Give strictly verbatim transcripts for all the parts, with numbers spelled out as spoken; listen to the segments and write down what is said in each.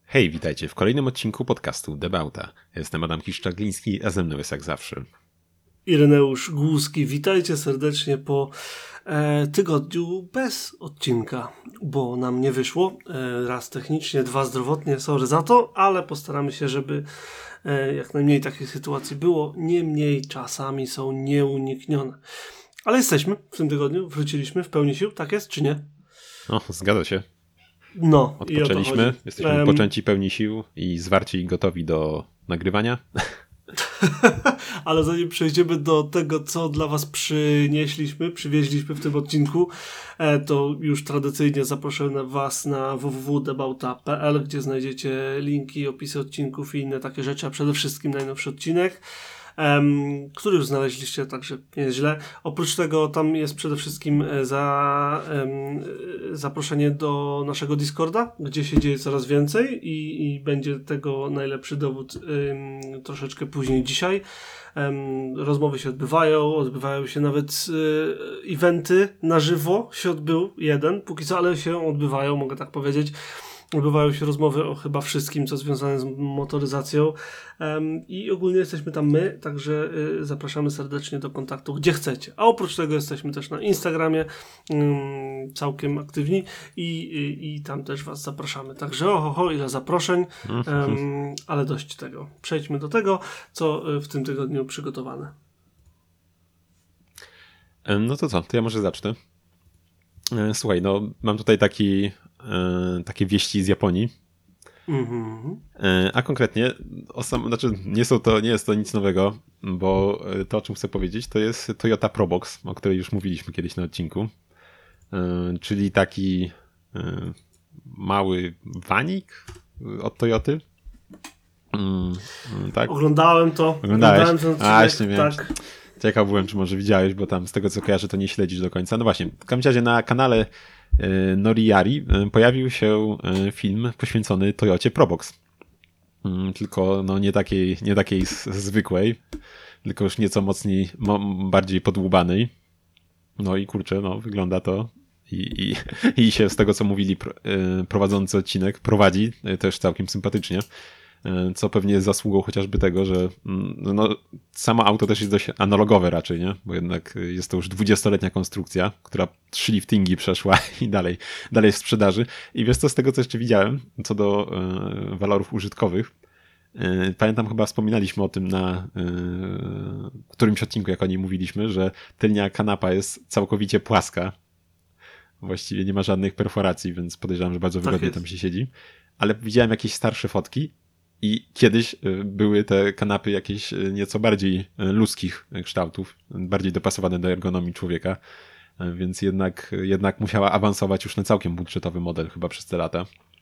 Hej, witajcie w kolejnym odcinku podcastu Debauta. Jestem Adam Kiszczagliński, a ze mną jest jak zawsze Ireneusz Głuski. Witajcie serdecznie po e, tygodniu bez odcinka, bo nam nie wyszło. E, raz technicznie, dwa zdrowotnie, sorry za to, ale postaramy się, żeby e, jak najmniej takich sytuacji było. Niemniej czasami są nieuniknione. Ale jesteśmy w tym tygodniu, wróciliśmy w pełni sił, tak jest czy nie? No, zgadza się. No, odpoczęliśmy, jesteśmy um, poczęci, pełni sił i zwarci i gotowi do nagrywania. Ale zanim przejdziemy do tego, co dla was przynieśliśmy, przywieźliśmy w tym odcinku, to już tradycyjnie zaproszę was na w w w kropka debauta kropka p l, gdzie znajdziecie linki, opisy odcinków i inne takie rzeczy, a przede wszystkim najnowszy odcinek, Um, który już znaleźliście, także nie jest źle. Oprócz tego tam jest przede wszystkim za, um, zaproszenie do naszego Discorda, gdzie się dzieje coraz więcej i, i będzie tego najlepszy dowód um, troszeczkę później dzisiaj. Um, rozmowy się odbywają, odbywają się nawet uh, eventy na żywo, się odbył jeden, póki co, ale się odbywają, mogę tak powiedzieć. Odbywają się rozmowy o chyba wszystkim, co związane z motoryzacją um, i ogólnie jesteśmy tam my, także y, zapraszamy serdecznie do kontaktu, gdzie chcecie. A oprócz tego jesteśmy też na Instagramie um, całkiem aktywni i, i, i tam też was zapraszamy. Także oho, ho, ile zaproszeń, um, ale dość tego. Przejdźmy do tego, co w tym tygodniu przygotowane. No to co, to ja może zacznę. Słuchaj, no mam tutaj taki takie wieści z Japonii. Mm-hmm. A konkretnie, o sam, znaczy nie, są to, nie jest to nic nowego, bo to, o czym chcę powiedzieć, to jest Toyota Probox, o której już mówiliśmy kiedyś na odcinku. Czyli taki mały vanik od Toyoty. Tak? Oglądałem to. Oglądałeś? Oglądałem ten odcinek, A, właśnie miałem. Tak. Ciekaw byłem, czy może widziałeś, bo tam z tego co kojarzę, to nie śledzisz do końca. No właśnie, w każdym razie na kanale Noriyari pojawił się film poświęcony Toyocie Probox. Tylko no nie takiej, nie takiej zwykłej, tylko już nieco mocniej, mo- bardziej podłubanej. No i kurczę, no wygląda to i, i, i się z tego co mówili prowadzący odcinek prowadzi też całkiem sympatycznie. Co pewnie jest zasługą chociażby tego, że no, samo auto też jest dość analogowe raczej, nie? Bo jednak jest to już dwudziestoletnia konstrukcja, która trzy liftingi przeszła i dalej, dalej w sprzedaży. I wiesz co, z tego co jeszcze widziałem, co do e, walorów użytkowych, e, pamiętam chyba wspominaliśmy o tym na e, którymś odcinku, jak o niej mówiliśmy, że tylnia kanapa jest całkowicie płaska. Właściwie nie ma żadnych perforacji, więc podejrzewam, że bardzo wygodnie tak tam się siedzi. Ale widziałem jakieś starsze fotki, i kiedyś były te kanapy jakieś nieco bardziej ludzkich kształtów, bardziej dopasowane do ergonomii człowieka, więc jednak, jednak musiała awansować już na całkiem budżetowy model chyba przez te lata.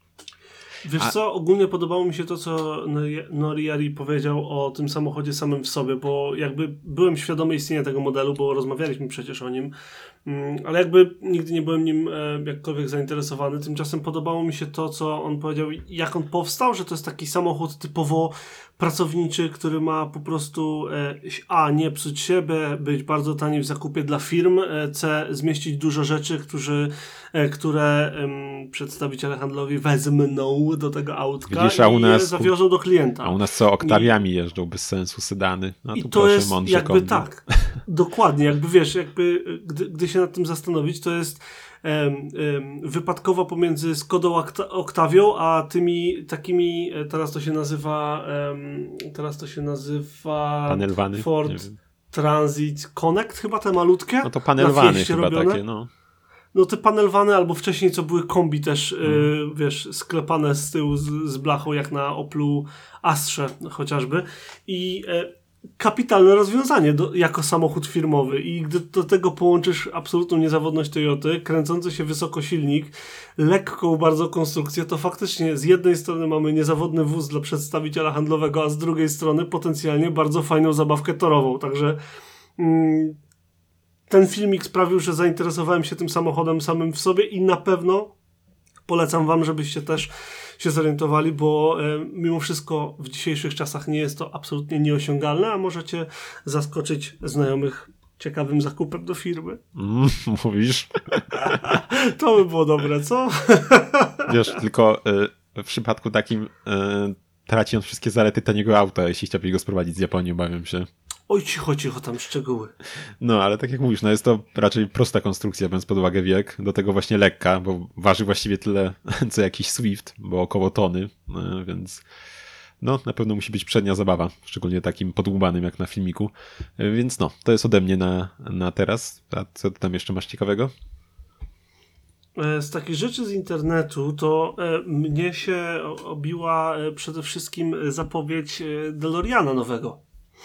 Wiesz A... co, ogólnie podobało mi się to, co Noriyari powiedział o tym samochodzie samym w sobie, bo jakby byłem świadomy istnienia tego modelu, bo rozmawialiśmy przecież o nim, ale jakby nigdy nie byłem nim jakkolwiek zainteresowany. Tymczasem podobało mi się to, co on powiedział, jak on powstał, że to jest taki samochód typowo pracowniczy, który ma po prostu a, nie psuć się, b, być bardzo tani w zakupie dla firm, c, zmieścić dużo rzeczy, którzy, które um, przedstawiciele handlowi wezmą do tego autka. Widzisz, a u nas, i zawiozą do klienta. A u nas co, Oktawiami I, jeżdżą bez sensu sedany. No, I tu to proszę, jest jakby kombi. Tak, dokładnie, jakby wiesz, jakby gdy, gdy się nad tym zastanowić, to jest um, um, wypadkowa pomiędzy Skodą Octavią, a tymi takimi, teraz to się nazywa um, teraz to się nazywa panelwany, Ford Transit Connect, chyba te malutkie. No to panelwany chyba robione. Takie, no. No te panelwane, albo wcześniej co były kombi też, mm. y, wiesz, sklepane z tyłu z, z blachą, jak na Oplu Astrze chociażby. I y, kapitalne rozwiązanie do, jako samochód firmowy. I gdy do tego połączysz absolutną niezawodność Toyoty, kręcący się wysoko silnik, lekką bardzo konstrukcję, to faktycznie z jednej strony mamy niezawodny wóz dla przedstawiciela handlowego, a z drugiej strony potencjalnie bardzo fajną zabawkę torową. Także mm, ten filmik sprawił, że zainteresowałem się tym samochodem samym w sobie i na pewno polecam wam, żebyście też się zorientowali, bo e, mimo wszystko w dzisiejszych czasach nie jest to absolutnie nieosiągalne, a możecie zaskoczyć znajomych ciekawym zakupem do firmy. Mm, mówisz? To by było dobre, co? Wiesz, tylko y, w przypadku takim e, traci on wszystkie zalety taniego auta, jeśli chciałby go sprowadzić z Japonii, obawiam się. Oj, cicho, cicho, tam szczegóły. No, ale tak jak mówisz, no jest to raczej prosta konstrukcja, biorąc pod uwagę wiek, do tego właśnie lekka, bo waży właściwie tyle, co jakiś Swift, bo około tony, e, więc no, na pewno musi być przednia zabawa, szczególnie takim podłubanym jak na filmiku, e, więc no, to jest ode mnie na, na teraz. A co ty tam jeszcze masz ciekawego? Z takich rzeczy z internetu to e, mnie się obiła e, przede wszystkim zapowiedź e, DeLoreana nowego.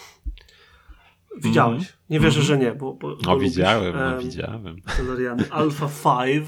Widziałeś? Mm-hmm. Nie wierzę, mm-hmm. że nie. Bo, bo, bo no widziałem, lubisz, no e, widziałem. DeLorean Alpha pięć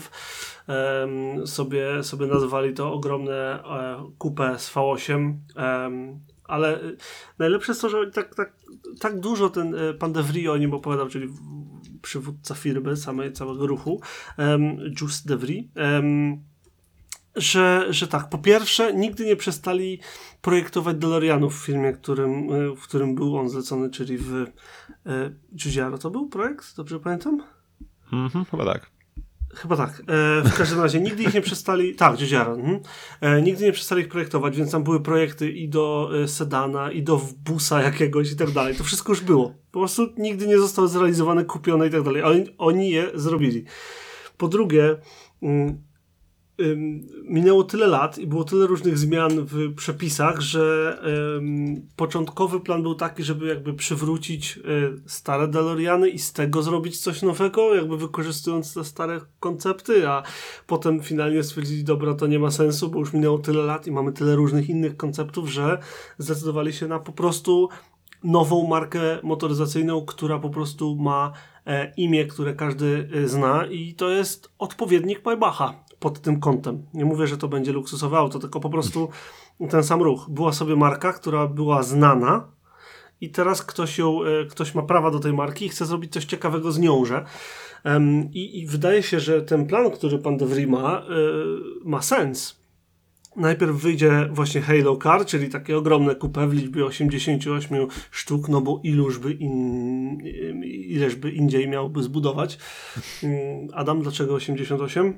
e, sobie, sobie nazwali to ogromne e, kupę z V osiem, e, ale najlepsze jest to, że tak, tak, tak dużo ten e, pan De Vries o nim opowiadał, czyli przywódca firmy, samej, całego ruchu, um, Just De Vries, um, że, że tak, po pierwsze, nigdy nie przestali projektować DeLoreanów w filmie, którym, w którym był on zlecony, czyli w e, Giugiaro. To był projekt? Dobrze pamiętam? Mhm, chyba tak. Chyba tak. E, w każdym razie nigdy ich nie przestali... Tak, Giugiaro. Mhm. E, nigdy nie przestali ich projektować, więc tam były projekty i do e, sedana, i do busa jakiegoś i tak dalej. To wszystko już było. Po prostu nigdy nie zostało zrealizowane, kupione i tak dalej. Ale oni je zrobili. Po drugie... Mm, ym, minęło tyle lat i było tyle różnych zmian w przepisach, że ym, początkowy plan był taki, żeby jakby przywrócić y, stare DeLoreany i z tego zrobić coś nowego, jakby wykorzystując te stare koncepty, a potem finalnie stwierdzili, dobra, to nie ma sensu, bo już minęło tyle lat i mamy tyle różnych innych konceptów, że zdecydowali się na po prostu nową markę motoryzacyjną, która po prostu ma e, imię, które każdy e, zna i to jest odpowiednik Maybacha pod tym kątem. Nie mówię, że to będzie luksusowe auto, tylko po prostu ten sam ruch. Była sobie marka, która była znana i teraz ktoś ją, e, ktoś ma prawa do tej marki i chce zrobić coś ciekawego z nią, że um, i, i wydaje się, że ten plan, który pan De Vries ma, e, ma sens. Najpierw wyjdzie właśnie Halo Car, czyli takie ogromne coupé w liczbie osiemdziesiąt osiem sztuk, no bo iluż by in, ileż by indziej miałby zbudować. Adam, dlaczego osiemdziesiąt osiem?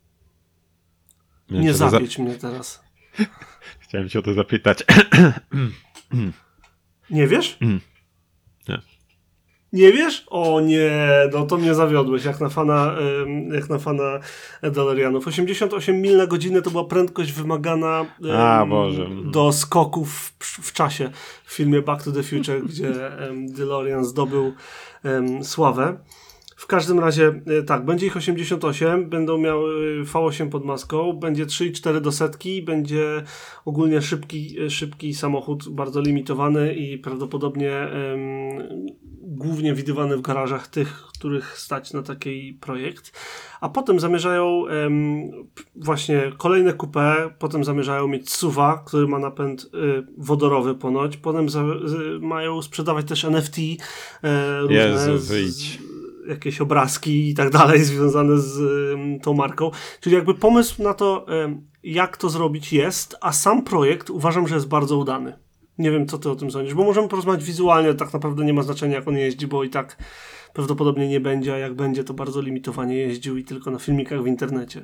Nie, Nie zapieć za... mnie teraz. Chciałem cię o to zapytać. Nie wiesz? Nie. Nie wiesz? O nie, no to mnie zawiodłeś, jak na fana, jak na fana DeLoreanów. osiemdziesiąt osiem mil na godzinę to była prędkość wymagana A, Boże. do skoków w, w czasie w filmie Back to the Future, gdzie DeLorean zdobył um, sławę. W każdym razie, tak, będzie ich osiemdziesiąt osiem, będą miały V osiem pod maską, będzie trzy i cztery do setki, będzie ogólnie szybki, szybki samochód, bardzo limitowany i prawdopodobnie um, głównie widywany w garażach tych, których stać na taki projekt. A potem zamierzają um, właśnie kolejne coupé, potem zamierzają mieć SUV-a, który ma napęd y, wodorowy ponoć, potem za, y, mają sprzedawać też N F T y, różne. Jezu, wyjdź. Jakieś obrazki i tak dalej związane z y, tą marką. Czyli jakby pomysł na to, y, jak to zrobić jest, a sam projekt uważam, że jest bardzo udany. Nie wiem, co ty o tym sądzisz, bo możemy porozmawiać wizualnie, tak naprawdę nie ma znaczenia, jak on jeździ, bo i tak prawdopodobnie nie będzie, a jak będzie, to bardzo limitowanie jeździł i tylko na filmikach w internecie.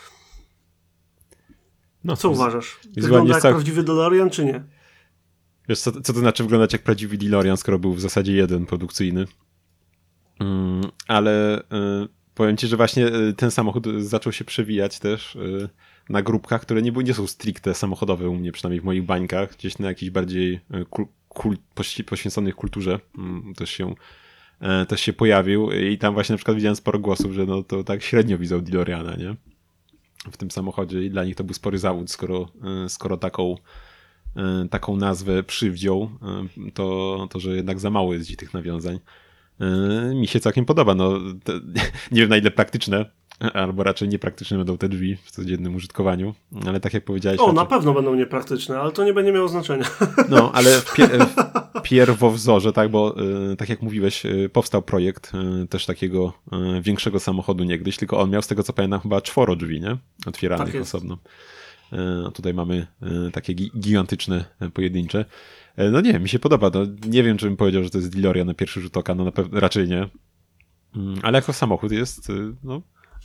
No, co uważasz? Wygląda jak cał... prawdziwy DeLorean, czy nie? Wiesz, co, co to znaczy wyglądać jak prawdziwy DeLorean, skoro był w zasadzie jeden produkcyjny? Mm, ale y, powiem ci, że właśnie y, ten samochód zaczął się przewijać też y, na grupkach, które nie, nie są stricte samochodowe u mnie, przynajmniej w moich bańkach, gdzieś na jakichś bardziej kul, kul, poświęconych kulturze y, też się y, też się pojawił i tam właśnie na przykład widziałem sporo głosów, że no to tak średnio widzą DeLoreana, nie? W tym samochodzie i dla nich to był spory zawód, skoro, y, skoro taką y, taką nazwę przywdziął, y, to, to że jednak za mało jest dziś tych nawiązań. Mi się całkiem podoba. No, to, nie wiem na ile praktyczne, albo raczej niepraktyczne będą te drzwi w codziennym użytkowaniu, ale tak jak powiedziałeś... O, raczej... na pewno będą niepraktyczne, ale to nie będzie miało znaczenia. No, ale w, pie- w pierwowzorze, tak, bo y, tak jak mówiłeś, y, powstał projekt y, też takiego y, większego samochodu niegdyś, tylko on miał z tego co pamiętam chyba czworo drzwi, nie? Otwieranych tak osobno. Y, tutaj mamy y, takie gi- gigantyczne, y, pojedyncze. No nie, mi się podoba. No, nie wiem, czy bym powiedział, że to jest DeLorean na pierwszy rzut oka. No na pewno raczej nie. Ale jako samochód jest no,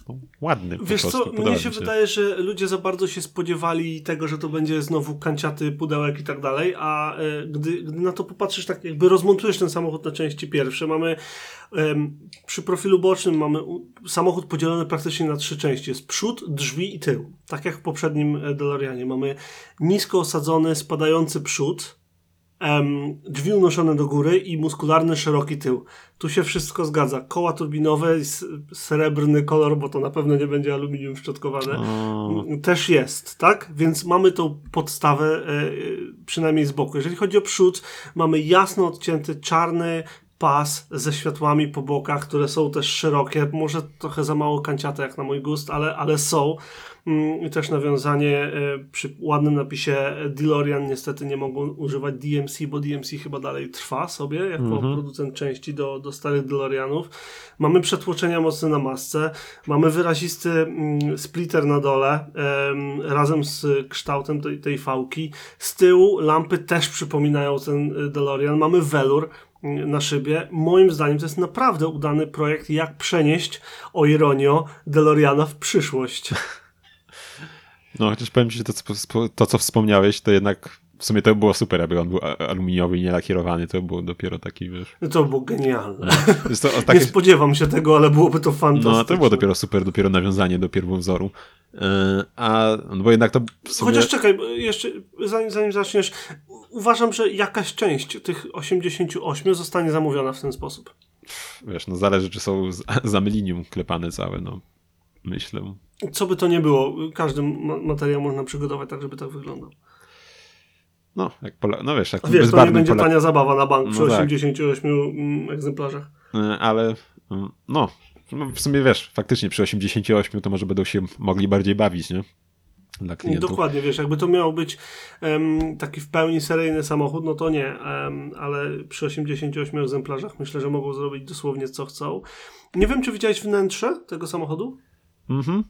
no, ładny. Wiesz po co, prostu, mnie podoba się, mi się wydaje, że ludzie za bardzo się spodziewali tego, że to będzie znowu kanciaty pudełek i tak dalej, a e, gdy, gdy na to popatrzysz, tak jakby rozmontujesz ten samochód na części pierwsze, mamy em, przy profilu bocznym mamy u, samochód podzielony praktycznie na trzy części. Jest przód, drzwi i tył. Tak jak w poprzednim e, DeLoreanie. Mamy nisko osadzony, spadający przód, em, drzwi unoszone do góry i muskularny, szeroki tył. Tu się wszystko zgadza. Koła turbinowe, s- srebrny kolor, bo to na pewno nie będzie aluminium szczotkowane. O, Też jest, tak? Więc mamy tą podstawę e, e, przynajmniej z boku. Jeżeli chodzi o przód, mamy jasno odcięty czarny pas ze światłami po bokach, które są też szerokie. Może trochę za mało kanciate jak na mój gust, ale, ale są. Mm, I też nawiązanie e, przy ładnym napisie DeLorean. Niestety nie mogą używać D M C, bo D M C chyba dalej trwa sobie jako Mhm. producent części do, do starych DeLoreanów. Mamy przetłoczenia mocne na masce. Mamy wyrazisty mm, splitter na dole em, razem z kształtem tej, tej fałki. Z tyłu lampy też przypominają ten y, DeLorean. Mamy welur y, na szybie. Moim zdaniem to jest naprawdę udany projekt, jak przenieść, o ironio, DeLoreana w przyszłość. no chociaż powiem ci, że to, co- to, co wspomniałeś, to jednak w sumie to było super, aby on był a- aluminiowy i nie lakierowany. To było dopiero taki, wiesz... To było genialne. Jest to, o, Nie takie, spodziewam się tego, ale byłoby to fantastyczne. no to było dopiero super, dopiero nawiązanie do pierwowzoru. Yy, a, no bo jednak to w sumie... Chociaż czekaj, bo jeszcze zanim, zanim zaczniesz, uważam, że jakaś część tych osiemdziesięciu ośmiu zostanie zamówiona w ten sposób. Wiesz, no zależy, czy są z, z amelinium klepane całe, no. Myślę. Co by to nie było, każdy ma- materiał można przygotować tak, żeby tak wyglądał. No, jak pola, no wiesz, jak A wiesz, to nie bezbarwnym będzie pola... tania zabawa na bank przy No tak. osiemdziesięciu ośmiu mm, egzemplarzach. Yy, ale yy, no, no, w sumie wiesz, faktycznie przy osiemdziesięciu ośmiu to może będą się mogli bardziej bawić, nie? Dla klientów. Dokładnie, wiesz, jakby to miał być em, taki w pełni seryjny samochód, no to nie, em, ale przy osiemdziesięciu ośmiu egzemplarzach myślę, że mogą zrobić dosłownie co chcą. Nie wiem, czy widziałeś wnętrze tego samochodu? Mhm.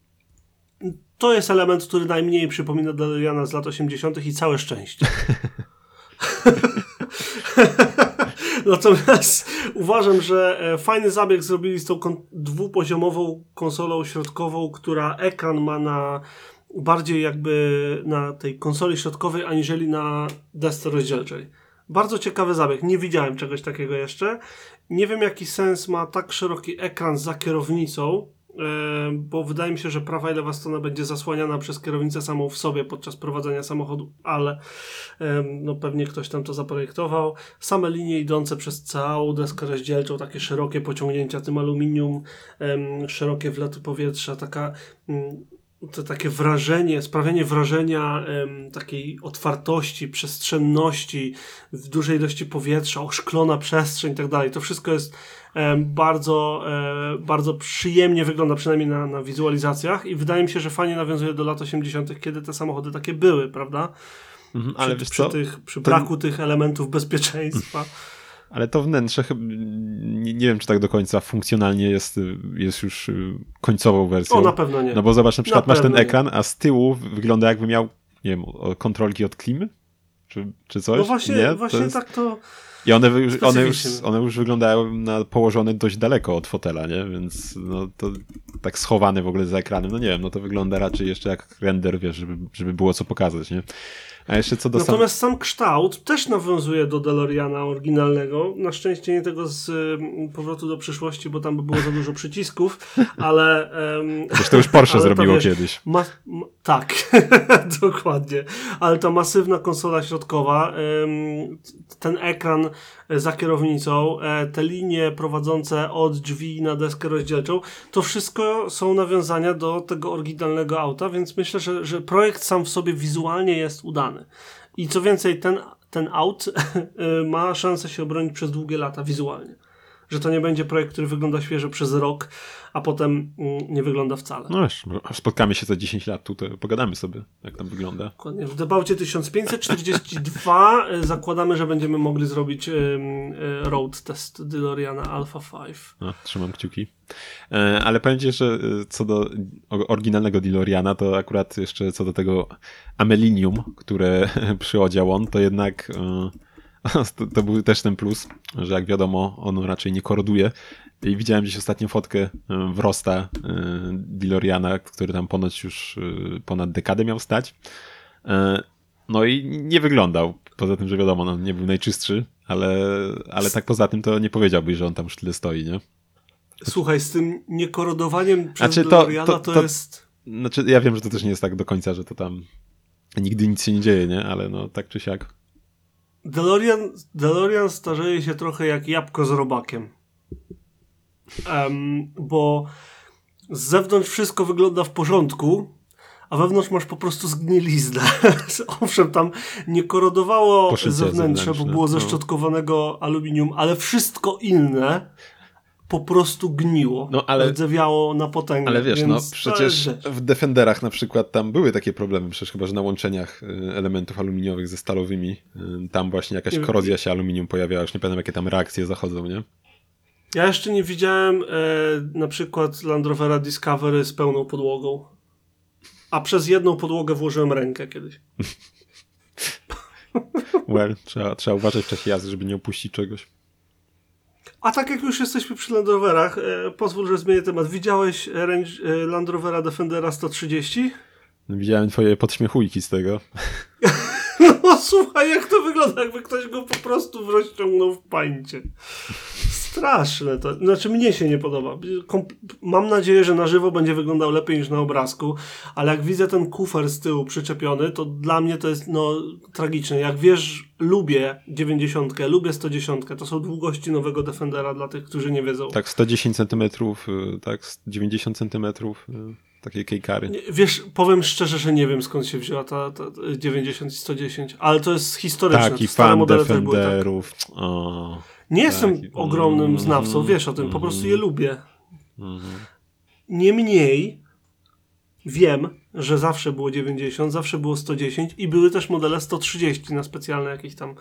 To jest element, który najmniej przypomina DeLoreana z lat osiemdziesiątych i całe szczęście. Natomiast uważam, że e, fajny zabieg zrobili z tą kon- dwupoziomową konsolą środkową, która ekran ma na bardziej jakby na tej konsoli środkowej, aniżeli na desce rozdzielczej. Bardzo ciekawy zabieg. Nie widziałem czegoś takiego jeszcze. Nie wiem, jaki sens ma tak szeroki ekran za kierownicą, e, bo wydaje mi się, że prawa i lewa strona będzie zasłaniana przez kierownicę samą w sobie podczas prowadzenia samochodu, ale e, no pewnie ktoś tam to zaprojektował. Same linie idące przez całą deskę rozdzielczą, takie szerokie pociągnięcia tym aluminium, em, szerokie wloty powietrza, taka mm, to takie wrażenie, sprawianie wrażenia em, takiej otwartości, przestrzenności, w dużej ilości powietrza, oszklona przestrzeń i tak dalej. To wszystko jest em, bardzo, e, bardzo przyjemnie wygląda, przynajmniej na, na wizualizacjach i wydaje mi się, że fajnie nawiązuje do lat osiemdziesiątych, kiedy te samochody takie były, prawda? Mhm, ale przy, wiesz przy, co? tych, przy To- braku tych elementów bezpieczeństwa. Ale to wnętrze chyba, nie, nie wiem, czy tak do końca funkcjonalnie jest, jest już y, końcową wersją. O, na pewno nie. No bo zobacz, na przykład Na masz ten pewno nie. ekran, a z tyłu wygląda jakby miał, nie wiem, o- kontrolki od klimy? Czy, czy coś? No właśnie, nie? właśnie To jest... tak to... I one, wy- już, one, już, Specyficznie. one już wyglądają na położone dość daleko od fotela, nie? Więc no to tak schowane w ogóle za ekranem, no nie wiem, no to wygląda raczej jeszcze jak render, wiesz, żeby, żeby było co pokazać, nie? A jeszcze co do sam... Natomiast sam kształt też nawiązuje do DeLoreana oryginalnego. Na szczęście nie tego z y, powrotu do przyszłości, bo tam by było za dużo przycisków, ale... Um, Wiesz, to już Porsche ale to, zrobiło wiesz, kiedyś. Ma, ma, tak, dokładnie. Ale ta masywna konsola środkowa, ym, ten ekran za kierownicą, e, te linie prowadzące od drzwi na deskę rozdzielczą, to wszystko są nawiązania do tego oryginalnego auta, więc myślę, że, że projekt sam w sobie wizualnie jest udany. I co więcej, ten, ten aut y, ma szansę się obronić przez długie lata wizualnie. Że to nie będzie projekt, który wygląda świeżo przez rok, a potem mm, nie wygląda wcale. No wiesz, spotkamy się za dziesięć lat, tu to pogadamy sobie, jak tam wygląda. Dokładnie. W Debaucie tysiąc pięćset czterdzieści dwa y, zakładamy, że będziemy mogli zrobić y, y, road test DeLoreana Alpha pięć. No, trzymam kciuki. E, ale powiem ci jeszcze, e, co do o- oryginalnego DeLoreana, to akurat jeszcze co do tego amelinium, które przyodział on, to jednak e, to, to był też ten plus, że jak wiadomo, on raczej nie koroduje. I widziałem gdzieś ostatnią fotkę wrosta DeLoreana, który tam ponoć już ponad dekadę miał stać. No i nie wyglądał. Poza tym, że wiadomo, no, nie był najczystszy, ale, ale tak poza tym to nie powiedziałbyś, że on tam już tyle stoi, nie? Słuchaj, z tym niekorodowaniem przez Znaczy, to, DeLoreana to, to, to jest... Znaczy, ja wiem, że to też nie jest tak do końca, że to tam nigdy nic się nie dzieje, nie? Ale no tak czy siak. DeLorean, DeLorean starzeje się trochę jak jabłko z robakiem. Um, bo z zewnątrz wszystko wygląda w porządku, a wewnątrz masz po prostu zgniliznę. Owszem, tam nie korodowało Poszycie zewnętrzne, bo zewnętrzne, było ze no. szczotkowanego aluminium, ale wszystko inne po prostu gniło. No, ale- Rdzewiało na potęgę. Ale wiesz, więc no to jest przecież rzecz. w Defenderach na przykład tam były takie problemy, przecież chyba, że na łączeniach y, elementów aluminiowych ze stalowymi, y, tam właśnie jakaś Nie- korozja się aluminium pojawiała, już nie pamiętam jakie tam reakcje zachodzą, nie? Ja jeszcze nie widziałem e, na przykład Land Rovera Discovery z pełną podłogą. A przez jedną podłogę włożyłem rękę kiedyś. Well, trzeba, trzeba uważać w czasie jazdy, żeby nie opuścić czegoś. A tak jak już jesteśmy przy Land Roverach, e, pozwól, że zmienię temat. Widziałeś range, e, Land Rovera Defendera sto trzydzieści? No, widziałem twoje podśmiechujki z tego. No słuchaj, jak to wygląda, jakby ktoś go po prostu rozciągnął w pańcie. Straszne to. Znaczy mnie się nie podoba. Komp- Mam nadzieję, że na żywo będzie wyglądał lepiej niż na obrazku, ale jak widzę ten kufer z tyłu przyczepiony, to dla mnie to jest no tragiczne. Jak wiesz, lubię dziewięćdziesiątkę, lubię sto dziesięć. To są długości nowego Defendera dla tych, którzy nie wiedzą. Tak sto dziesięć centymetrów, y, tak dziewięćdziesiąt centymetrów, y, takie kejkary. Nie, wiesz, powiem szczerze, że nie wiem skąd się wzięła ta, ta, ta dziewięćdziesiąt i sto dziesięć, ale to jest historyczne. Taki To stare fan modele też były tak. Defenderów. O, Nie jestem taki- ogromnym mm, znawcą, wiesz o tym, po mm, prostu je lubię. mhm. Niemniej wiem, że zawsze było dziewięćdziesiąt, zawsze było sto dziesięć i były też modele sto trzydzieści na specjalne jakieś tam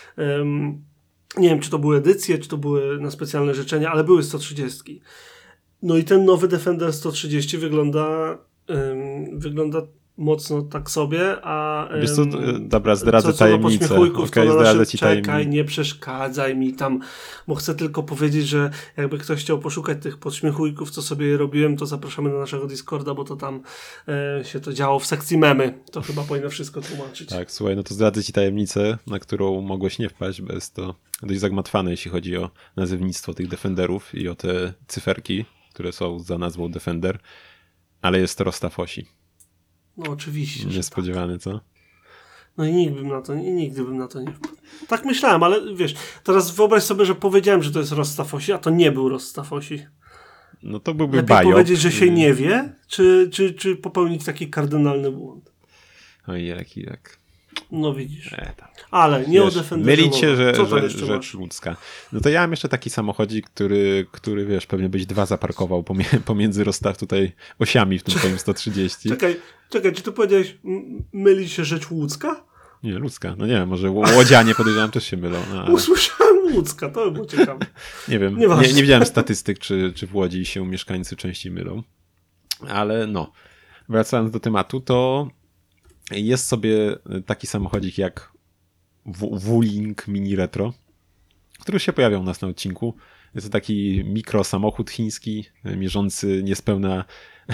um, nie wiem, czy to były edycje, czy to były na specjalne życzenia, ale były sto trzydzieści. No i ten nowy Defender sto trzydzieści wygląda um, wygląda mocno tak sobie, a um, Wiesz co, y, dobra, zdradzę co, co tajemnicę. do podśmiechujków, Okej, to na zdradzę naszym, ci czekaj, tajemnicę. nie przeszkadzaj mi tam, bo chcę tylko powiedzieć, że jakby ktoś chciał poszukać tych podśmiechujków, co sobie je robiłem, to zapraszamy na naszego Discorda, bo to tam e, się to działo w sekcji memy. To chyba powinno wszystko tłumaczyć. Tak, słuchaj, no to zdradzę ci tajemnicę, na którą mogłeś nie wpaść, bo jest to dość zagmatwane, jeśli chodzi o nazewnictwo tych Defenderów i o te cyferki, które są za nazwą Defender, ale jest to Rostafosi. No oczywiście. że Niespodziewany, co? No i nikt bym na to, i nigdy bym na to nie wpadł. Tak myślałem, ale wiesz, teraz wyobraź sobie, że powiedziałem, że to jest Rostafosi, a to nie był Rostafosi. No to byłby Lepiej bajop. powiedzieć, że się nie wie, czy, czy, czy popełnić taki kardynalny błąd. Oj, jaki jak. No widzisz. E, tam. Ale nie Wiesz, o Defenderze mylić się, mowa. że, Co tam że jeszcze rzecz masz? ludzka. No to ja mam jeszcze taki samochodzik, który, który wiesz, pewnie byś dwa zaparkował pomie- pomiędzy rozstaw tutaj osiami w tym twoim sto trzydzieści. Czekaj, czekaj, czy ty powiedziałeś m- myli się rzecz łódzka? Nie, ludzka. No nie wiem, może ł- łodzianie podejrzewam też się mylą. No, ale Usłyszałem łódzka, to by było ciekawe. nie wiem, Nieważne. nie, nie widziałem statystyk, czy, czy w Łodzi się mieszkańcy częściej mylą. Ale no, wracając do tematu, to jest sobie taki samochodzik jak W- Wuling Mini Retro, który się pojawiał u nas na odcinku. Jest to taki mikro samochód chiński, mierzący niespełna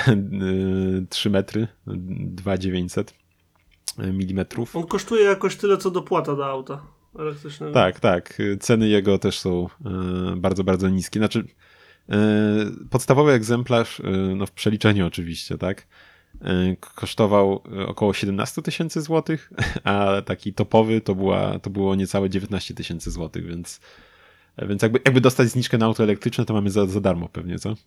trzy metry, dwa tysiące dziewięćset milimetrów. On kosztuje jakoś tyle, co dopłata do auta elektrycznego. Tak, tak. Ceny jego też są e, bardzo, bardzo niskie. Znaczy, e, podstawowy egzemplarz, e, no w przeliczeniu oczywiście, tak, e, kosztował około siedemnaście tysięcy złotych, a taki topowy to, była, to było niecałe dziewiętnaście tysięcy złotych, więc, więc jakby, jakby dostać zniżkę na auto elektryczne, to mamy za, za darmo pewnie, co?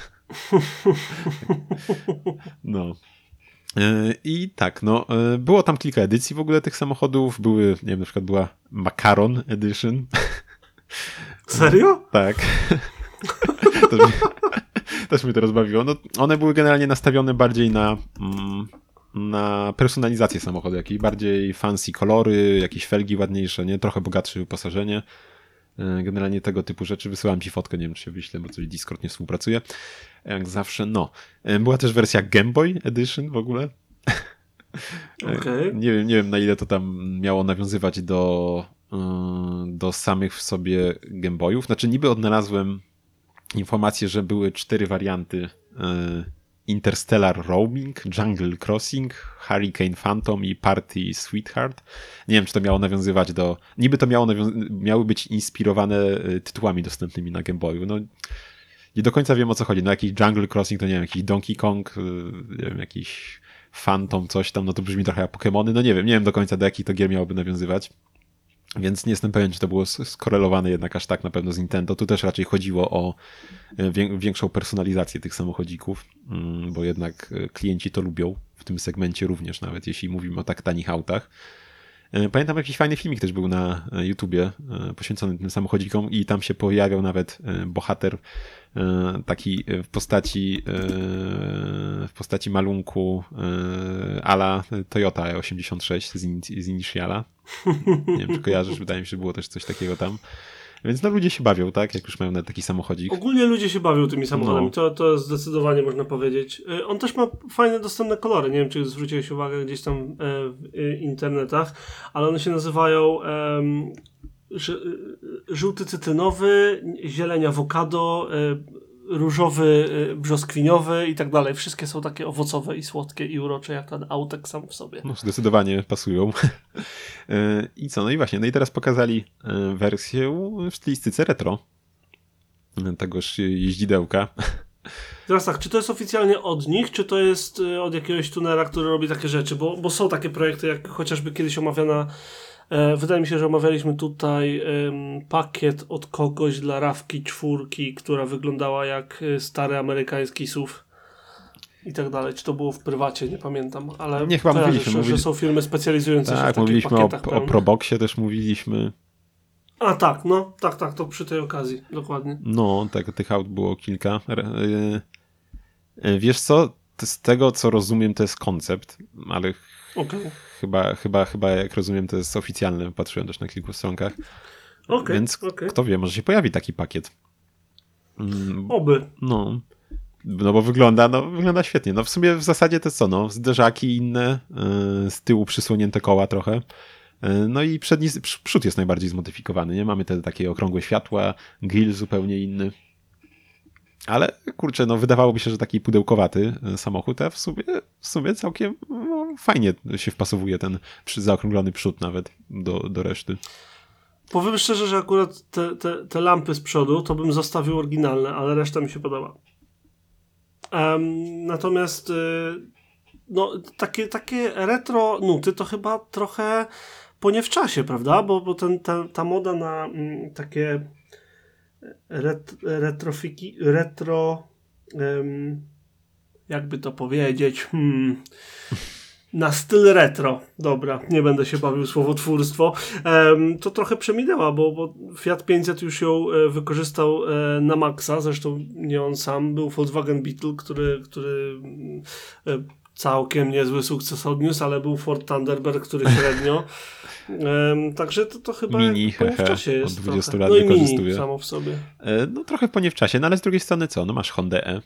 No. I tak, no, było tam kilka edycji w ogóle tych samochodów. Były, nie wiem, na przykład była Macaron Edition. Serio? Tak. też, mnie, też mnie to rozbawiło. No, one były generalnie nastawione bardziej na, mm, na personalizację samochodu. Jakieś bardziej fancy kolory, jakieś felgi ładniejsze, nie? Trochę bogatsze wyposażenie. Generalnie tego typu rzeczy. Wysyłałem ci fotkę, nie wiem, czy się wyślę, bo coś Discord nie współpracuje. Jak zawsze, no. Była też wersja Game Boy Edition w ogóle. Okay. Nie wiem, nie wiem, na ile to tam miało nawiązywać do do samych w sobie Game Boyów. Znaczy niby odnalazłem informację, że były cztery warianty Interstellar Roaming, Jungle Crossing, Hurricane Phantom i Party Sweetheart. Nie wiem, czy to miało nawiązywać do... Niby to miało nawią... miały być inspirowane tytułami dostępnymi na Game Boyu. No, nie do końca wiem, o co chodzi. No jakiś Jungle Crossing, to nie wiem, jakiś Donkey Kong, nie wiem, jakiś Phantom, coś tam, no to brzmi trochę jak Pokemony. No nie wiem, nie wiem do końca, do jakich to gier miałoby nawiązywać. Więc nie jestem pewien, czy to było skorelowane jednak aż tak na pewno z Nintendo. Tu też raczej chodziło o większą personalizację tych samochodzików, bo jednak klienci to lubią, w tym segmencie również, nawet jeśli mówimy o tak tanich autach. Pamiętam, jakiś fajny filmik też był na YouTubie poświęcony tym samochodzikom i tam się pojawiał nawet bohater taki w postaci w postaci malunku a la Toyota E osiemdziesiąt sześć z, in, z Initiala. Nie wiem, czy kojarzysz, wydaje mi się, że było też coś takiego tam. Więc no ludzie się bawią, tak? Jak już mają na taki samochodzik. Ogólnie ludzie się bawią tymi samochodami, No. to, to zdecydowanie można powiedzieć. On też ma fajne, dostępne kolory. Nie wiem, czy zwróciłeś uwagę gdzieś tam w internetach, ale one się nazywają um, żółty cytrynowy, zieleń awokado, różowy brzoskwiniowy i tak dalej. Wszystkie są takie owocowe i słodkie i urocze, jak ten autek sam w sobie. No, zdecydowanie pasują. I co? No i właśnie, no i teraz pokazali wersję w stylistyce retro tegoż jeździdełka. Teraz tak, czy to jest oficjalnie od nich, czy to jest od jakiegoś tunera, który robi takie rzeczy? Bo, bo są takie projekty, jak chociażby kiedyś omawiana, e, wydaje mi się, że omawialiśmy tutaj e, pakiet od kogoś dla Rawki czwórki, która wyglądała jak stary amerykański S U V i tak dalej. Czy to było w prywacie, nie pamiętam, ale nie, chyba mówiliśmy, że, mówili... że są firmy specjalizujące tak, się w takich mówiliśmy pakietach. o, o Proboxie też mówiliśmy. A tak, no, tak, tak, to przy tej okazji, dokładnie. No, tak, tych aut było kilka. Wiesz co, z tego co rozumiem to jest koncept, ale okay. chyba, chyba, chyba jak rozumiem to jest oficjalne, patrzyłem też na kilku stronkach. Okay, Więc okay. kto wie, może się pojawi taki pakiet. Oby. No, no bo wygląda, no, wygląda świetnie. No w sumie w zasadzie to co, no, zderzaki inne, z tyłu przysłonięte koła trochę. No i przedni, przód jest najbardziej zmodyfikowany, nie? Mamy te takie okrągłe światła, grill zupełnie inny. Ale kurczę, no wydawałoby się, że taki pudełkowaty samochód, a w sumie, w sumie całkiem no, fajnie się wpasowuje ten zaokrąglony przód nawet do, do reszty. Powiem szczerze, że akurat te, te, te lampy z przodu to bym zostawił oryginalne, ale reszta mi się podoba. Um, natomiast y, no, takie, takie retro nuty to chyba trochę po nie w czasie, prawda? Bo, bo ten, ta, ta moda na mm, takie ret, retrofiki, retro um, jakby to powiedzieć hmm, na styl retro, dobra, nie będę się bawił w słowotwórstwo, um, to trochę przeminęła, bo, bo Fiat pięćset już ją e, wykorzystał e, na maksa, zresztą nie on sam, był Volkswagen Beetle, który, który e, całkiem niezły sukces odniósł, ale był Ford Thunderbird, który średnio. Um, także to, to chyba mini, po nie w czasie jest od dwudziestu trochę. lat no i wykorzystuje. Mini samo w sobie. No trochę po nie w czasie, no ale z drugiej strony co? No masz Hondę E.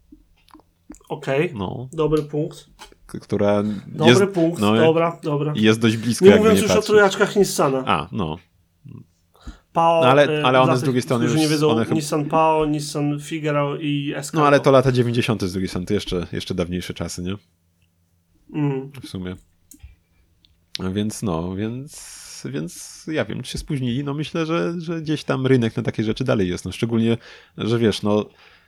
Okej, okay. No. Dobry punkt. Która Dobry jest, punkt, no, dobra, dobra. Jest dość blisko. Nie jakby mówiąc nie już patrzeć. o trojaczkach Nissana. A, no. Pao, no ale, ale one e, z drugiej strony którzy już... nie wiedzą, one Nissan Pao, Nissan Figaro i Escalade. No ale to lata dziewięćdziesiąte z drugiej strony, to jeszcze, jeszcze dawniejsze czasy, nie? Mm. W sumie. Więc no, więc... Więc ja wiem, czy się spóźnili. No myślę, że, że gdzieś tam rynek na takie rzeczy dalej jest. No szczególnie, że wiesz, no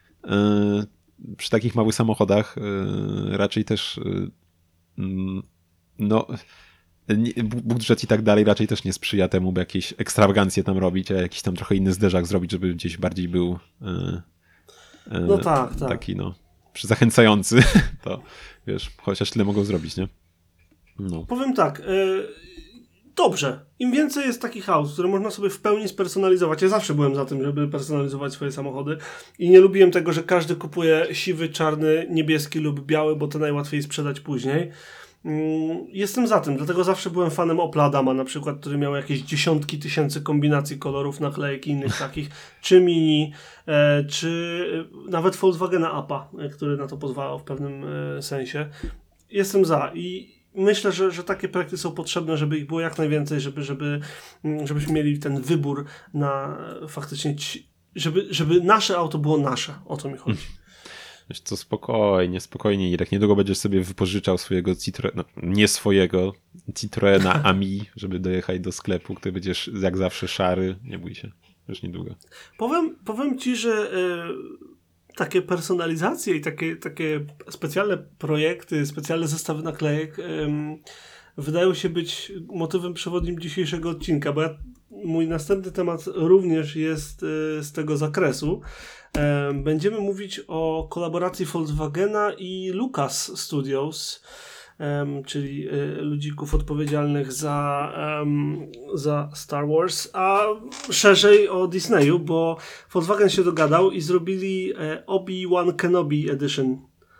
yy, przy takich małych samochodach yy, raczej też yy, no budżet i tak dalej raczej też nie sprzyja temu, by jakieś ekstrawagancje tam robić, a jakiś tam trochę inny zderzak zrobić, żeby gdzieś bardziej był yy, yy, no tak, tak. taki no zachęcający. To wiesz, chociaż tyle mogą zrobić, nie? No. Powiem tak, yy... Dobrze. Im więcej jest takich aut, które można sobie w pełni spersonalizować. Ja zawsze byłem za tym, żeby personalizować swoje samochody i nie lubiłem tego, że każdy kupuje siwy, czarny, niebieski lub biały, bo to najłatwiej sprzedać później. Jestem za tym, dlatego zawsze byłem fanem Opla Adama na przykład, który miał jakieś dziesiątki tysięcy kombinacji kolorów, naklejek i innych takich, czy Mini, e, czy nawet Volkswagena Apa, który na to pozwalał w pewnym e, sensie. Jestem za i myślę, że, że takie projekty są potrzebne, żeby ich było jak najwięcej, żeby, żeby, żebyśmy mieli ten wybór na faktycznie, ci, żeby, żeby nasze auto było nasze, o to mi chodzi. Wiesz co, spokojnie, spokojnie, Irek, niedługo będziesz sobie wypożyczał swojego Citroena, no, nie swojego Citroena Ami, żeby dojechać do sklepu, który będziesz jak zawsze szary, nie bój się, już niedługo. Powiem, powiem ci, że y, takie personalizacje i takie, takie specjalne projekty, specjalne zestawy naklejek y, wydają się być motywem przewodnim dzisiejszego odcinka, bo ja, mój następny temat również jest y, z tego zakresu. Y, będziemy mówić o kolaboracji Volkswagena i Lucas Studios, Um, czyli y, ludzików odpowiedzialnych za, um, za Star Wars, a szerzej o Disneyu, bo Volkswagen się dogadał i zrobili e, Obi-Wan Kenobi Edition.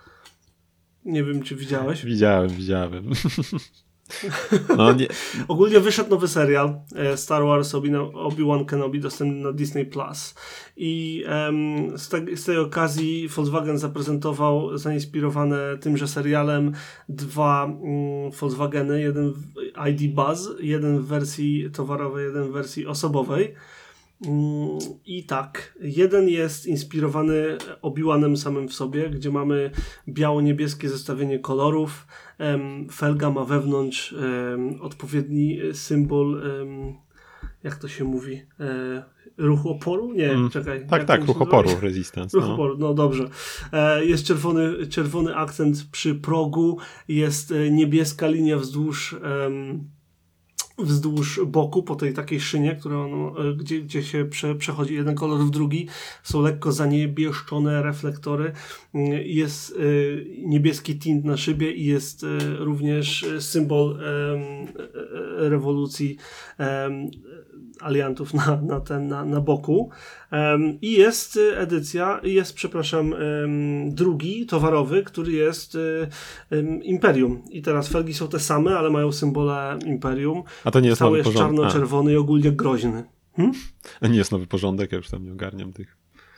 Nie wiem, czy widziałeś? Widziałem, widziałem. No, nie. Ogólnie wyszedł nowy serial e, Star Wars Obi- Obi-Wan Kenobi, dostępny na Disney Plus. I em, z, te, z tej okazji Volkswagen zaprezentował zainspirowane tymże serialem dwa mm, Volkswageny, jeden w I D Buzz, jeden w wersji towarowej, jeden w wersji osobowej. Mm, I tak, jeden jest inspirowany Obi-Wanem samym w sobie, gdzie mamy biało-niebieskie zestawienie kolorów. Em, felga ma wewnątrz em, odpowiedni symbol, em, jak to się mówi, e, ruchu oporu? Nie, Mm, czekaj. Tak, jak tak, to ruch się oporu, nazywa? resistance. Ruch No. oporu, no dobrze. E, jest czerwony, czerwony akcent przy progu, jest e, niebieska linia wzdłuż em, wzdłuż boku, po tej takiej szynie, która ono, gdzie, gdzie się prze, przechodzi jeden kolor w drugi, są lekko zaniebieszczone reflektory, jest y, niebieski tint na szybie i jest y, również symbol y, y, rewolucji y, aliantów na, na, ten, na, na boku. Um, I jest edycja, jest, przepraszam, um, drugi towarowy, który jest um, Imperium. I teraz felgi są te same, ale mają symbole Imperium. A to nie jest Cały nowy jest porządek. czarno-czerwony i ogólnie groźny. Hmm? A nie jest nowy porządek, ja już tam nie ogarniam tych.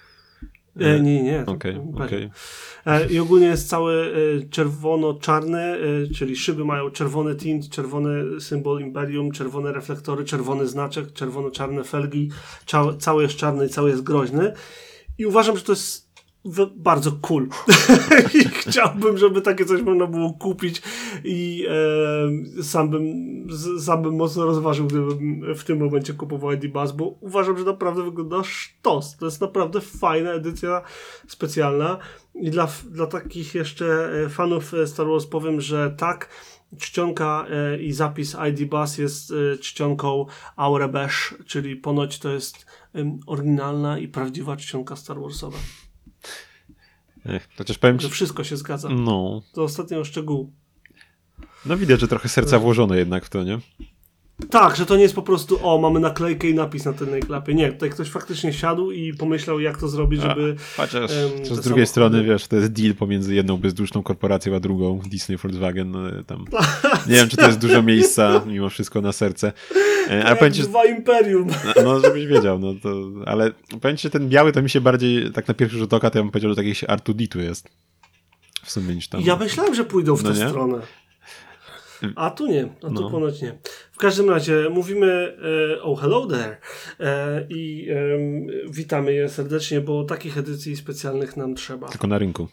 E, nie, nie. to Okej, Imperium. okej. E, I ogólnie jest cały e, czerwono-czarny, e, czyli szyby mają czerwony tint, czerwony symbol Imperium, czerwone reflektory, czerwony znaczek, czerwono-czarne felgi, cza, cały jest czarny i cały jest groźny. I uważam, że to jest w, bardzo cool. I chciałbym, żeby takie coś można było kupić i e, sam, bym, z, sam bym mocno rozważył, gdybym w tym momencie kupował I D Buzz, bo uważam, że naprawdę wygląda sztos. To jest naprawdę fajna edycja specjalna i dla, dla takich jeszcze fanów Star Wars powiem, że tak, czcionka e, i zapis I D Buzz jest e, czcionką Aurebesh, czyli ponoć to jest e, oryginalna i prawdziwa czcionka Star Warsowa. Ech, chociaż powiem Że ci, wszystko się zgadza. no, Do ostatniego szczegółu. no widać, że trochę serca włożone jednak w to, nie? Tak, że to nie jest po prostu o, mamy naklejkę i napis na tylnej klapie. Nie, tutaj ktoś faktycznie siadł i pomyślał, jak to zrobić, żeby... A, chociaż em, chociaż te z drugiej samochody- strony, wiesz, to jest deal pomiędzy jedną bezduszną korporacją, a drugą, Disney, Volkswagen, no, tam nie wiem, czy to jest dużo miejsca mimo wszystko na serce. E, Ale Jak powiem ci, dwa imperium. no, no żebyś wiedział, no to, ale powiem ci, że ten biały to mi się bardziej, tak na pierwszy rzut oka, to ja bym powiedział, że tak jakiś R dwa D dwa jest. W sumie niż tam. Ja myślałem, że pójdą w No tę nie? stronę. A tu nie, a tu No. ponoć nie. W każdym razie mówimy e, oh hello there e, i e, witamy je serdecznie, bo takich edycji specjalnych nam trzeba. Tylko na rynku,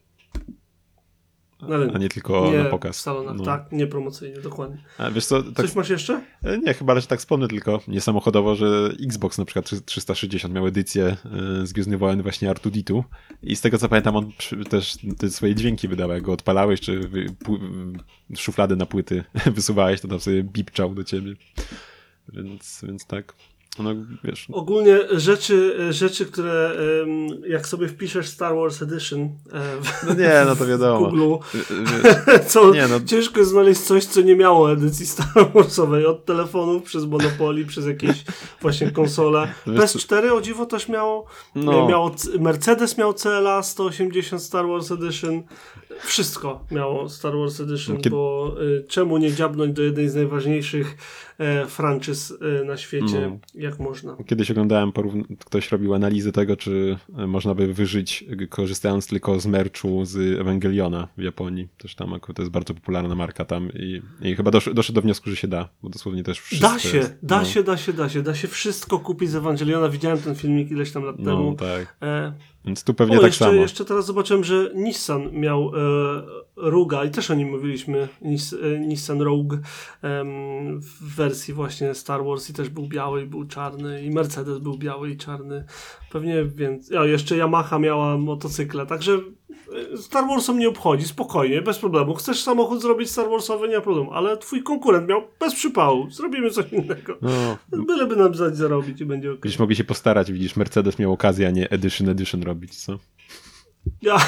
Na rynku. a nie tylko Nie na w pokaz. salonach, No. tak, nie promocyjnie, dokładnie. A wiesz co, tak, Coś masz jeszcze? e, nie, chyba, że tak wspomnę tylko niesamochodowo, że Xbox na przykład trzysta sześćdziesiąt miał edycję e, z Gwiezdnych Wojen właśnie R dwa D dwa i z tego co pamiętam, on przy, też te swoje dźwięki wydawał, jak go odpalałeś, czy wy, pu, szuflady na płyty wysuwałeś, to tam sobie bipczał do ciebie. Więc, więc tak, no wiesz... Ogólnie rzeczy, rzeczy, które em, jak sobie wpiszesz Star Wars Edition e, w, No nie, no to wiadomo. w Google, Wiesz, co Nie, no. ciężko jest znaleźć coś, co nie miało edycji Star Warsowej, od telefonów, przez Monopoly, przez jakieś właśnie konsole. Wiesz P S co- cztery o dziwo też miało, No. miało C- Mercedes miał C L A sto osiemdziesiąt Star Wars Edition Wszystko miało Star Wars Edition, Kiedy... bo y, czemu nie dziabnąć do jednej z najważniejszych e, franczyz e, na świecie, no. jak można. Kiedyś oglądałem, porówn- ktoś robił analizę tego, czy można by wyżyć korzystając tylko z merchu z Ewangeliona w Japonii. Też tam akurat to jest bardzo popularna marka tam i, i chyba dosz- doszedł do wniosku, że się da, bo dosłownie też wszystko Da się, jest, da no. się, da się, da się, da się wszystko kupić z Ewangeliona. Widziałem ten filmik ileś tam lat no, temu. Tak. E, Więc tu pewnie o, tak jeszcze, samo. Jeszcze teraz zobaczyłem, że Nissan miał e, Ruga i też o nim mówiliśmy, Nis, e, Nissan Rogue e, w wersji właśnie Star Wars i też był biały i był czarny i Mercedes był biały i czarny. Pewnie więcej. A jeszcze Yamaha miała motocykle, także Star Warsom nie obchodzi, spokojnie, bez problemu. Chcesz samochód zrobić Star Warsowy, nie ma problemu, ale twój konkurent miał bez przypału. Zrobimy coś innego. No. Byleby nam dać zarobić i będzie okej. Gdzieś mogli się postarać, widzisz, Mercedes miał okazję, a nie Edition Edition robić, co? Ja...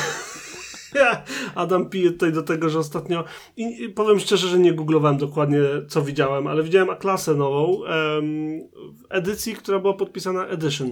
Ja, Adam pije tutaj do tego, że ostatnio i, i powiem szczerze, że nie googlowałem dokładnie, co widziałem, ale widziałem A-klasę nową em, w edycji, która była podpisana Edition.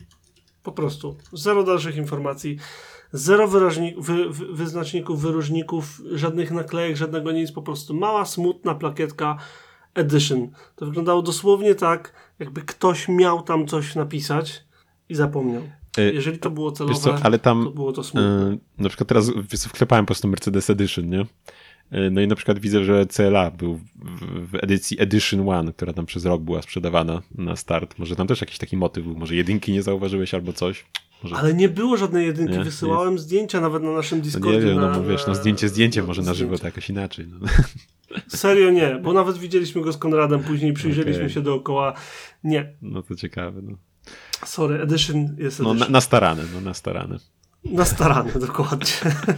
Po prostu. Zero dalszych informacji. Zero wyraźni- wy, wy, wyznaczników, wyróżników, żadnych naklejek, żadnego nic. Po prostu mała, smutna plakietka Edition. To wyglądało dosłownie tak, jakby ktoś miał tam coś napisać i zapomniał. Jeżeli to było celowe, co, ale tam, to było to smutne. Yy, na przykład teraz wklepałem po prostu Mercedes Edition, nie? Yy, no i na przykład widzę, że C L A był w, w edycji Edition One, która tam przez rok była sprzedawana na start. Może tam też jakiś taki motyw był, może jedynki nie zauważyłeś albo coś. Może... Ale nie było żadnej jedynki, nie? wysyłałem nie. zdjęcia nawet na naszym Discordzie. No nie wiem, na, no bo wiesz, no zdjęcie, zdjęcie, może zdjęcie. na żywo to jakoś inaczej. No. Serio nie, bo nawet widzieliśmy go z Konradem, później przyjrzeliśmy okay. się dookoła. Nie. No to ciekawe, no. Sorry, Edition jest Edition. No na, na starane, no na starane. Na starane, dokładnie.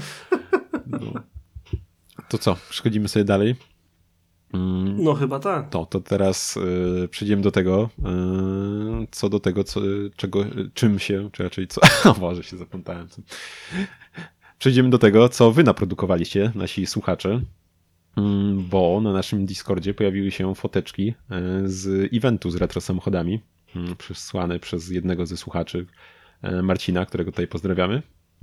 No. To co, przechodzimy sobie dalej? Mm, no chyba tak. To, to teraz y, przejdziemy do tego, y, co do tego, co, czego, czym się, czy raczej co, o Boże, się zapętałem. Przejdziemy do tego, co wy naprodukowaliście, nasi słuchacze, y, bo na naszym Discordzie pojawiły się foteczki y, z eventu z retro samochodami, y, przesłane przez jednego ze słuchaczy, y, Marcina, którego tutaj pozdrawiamy.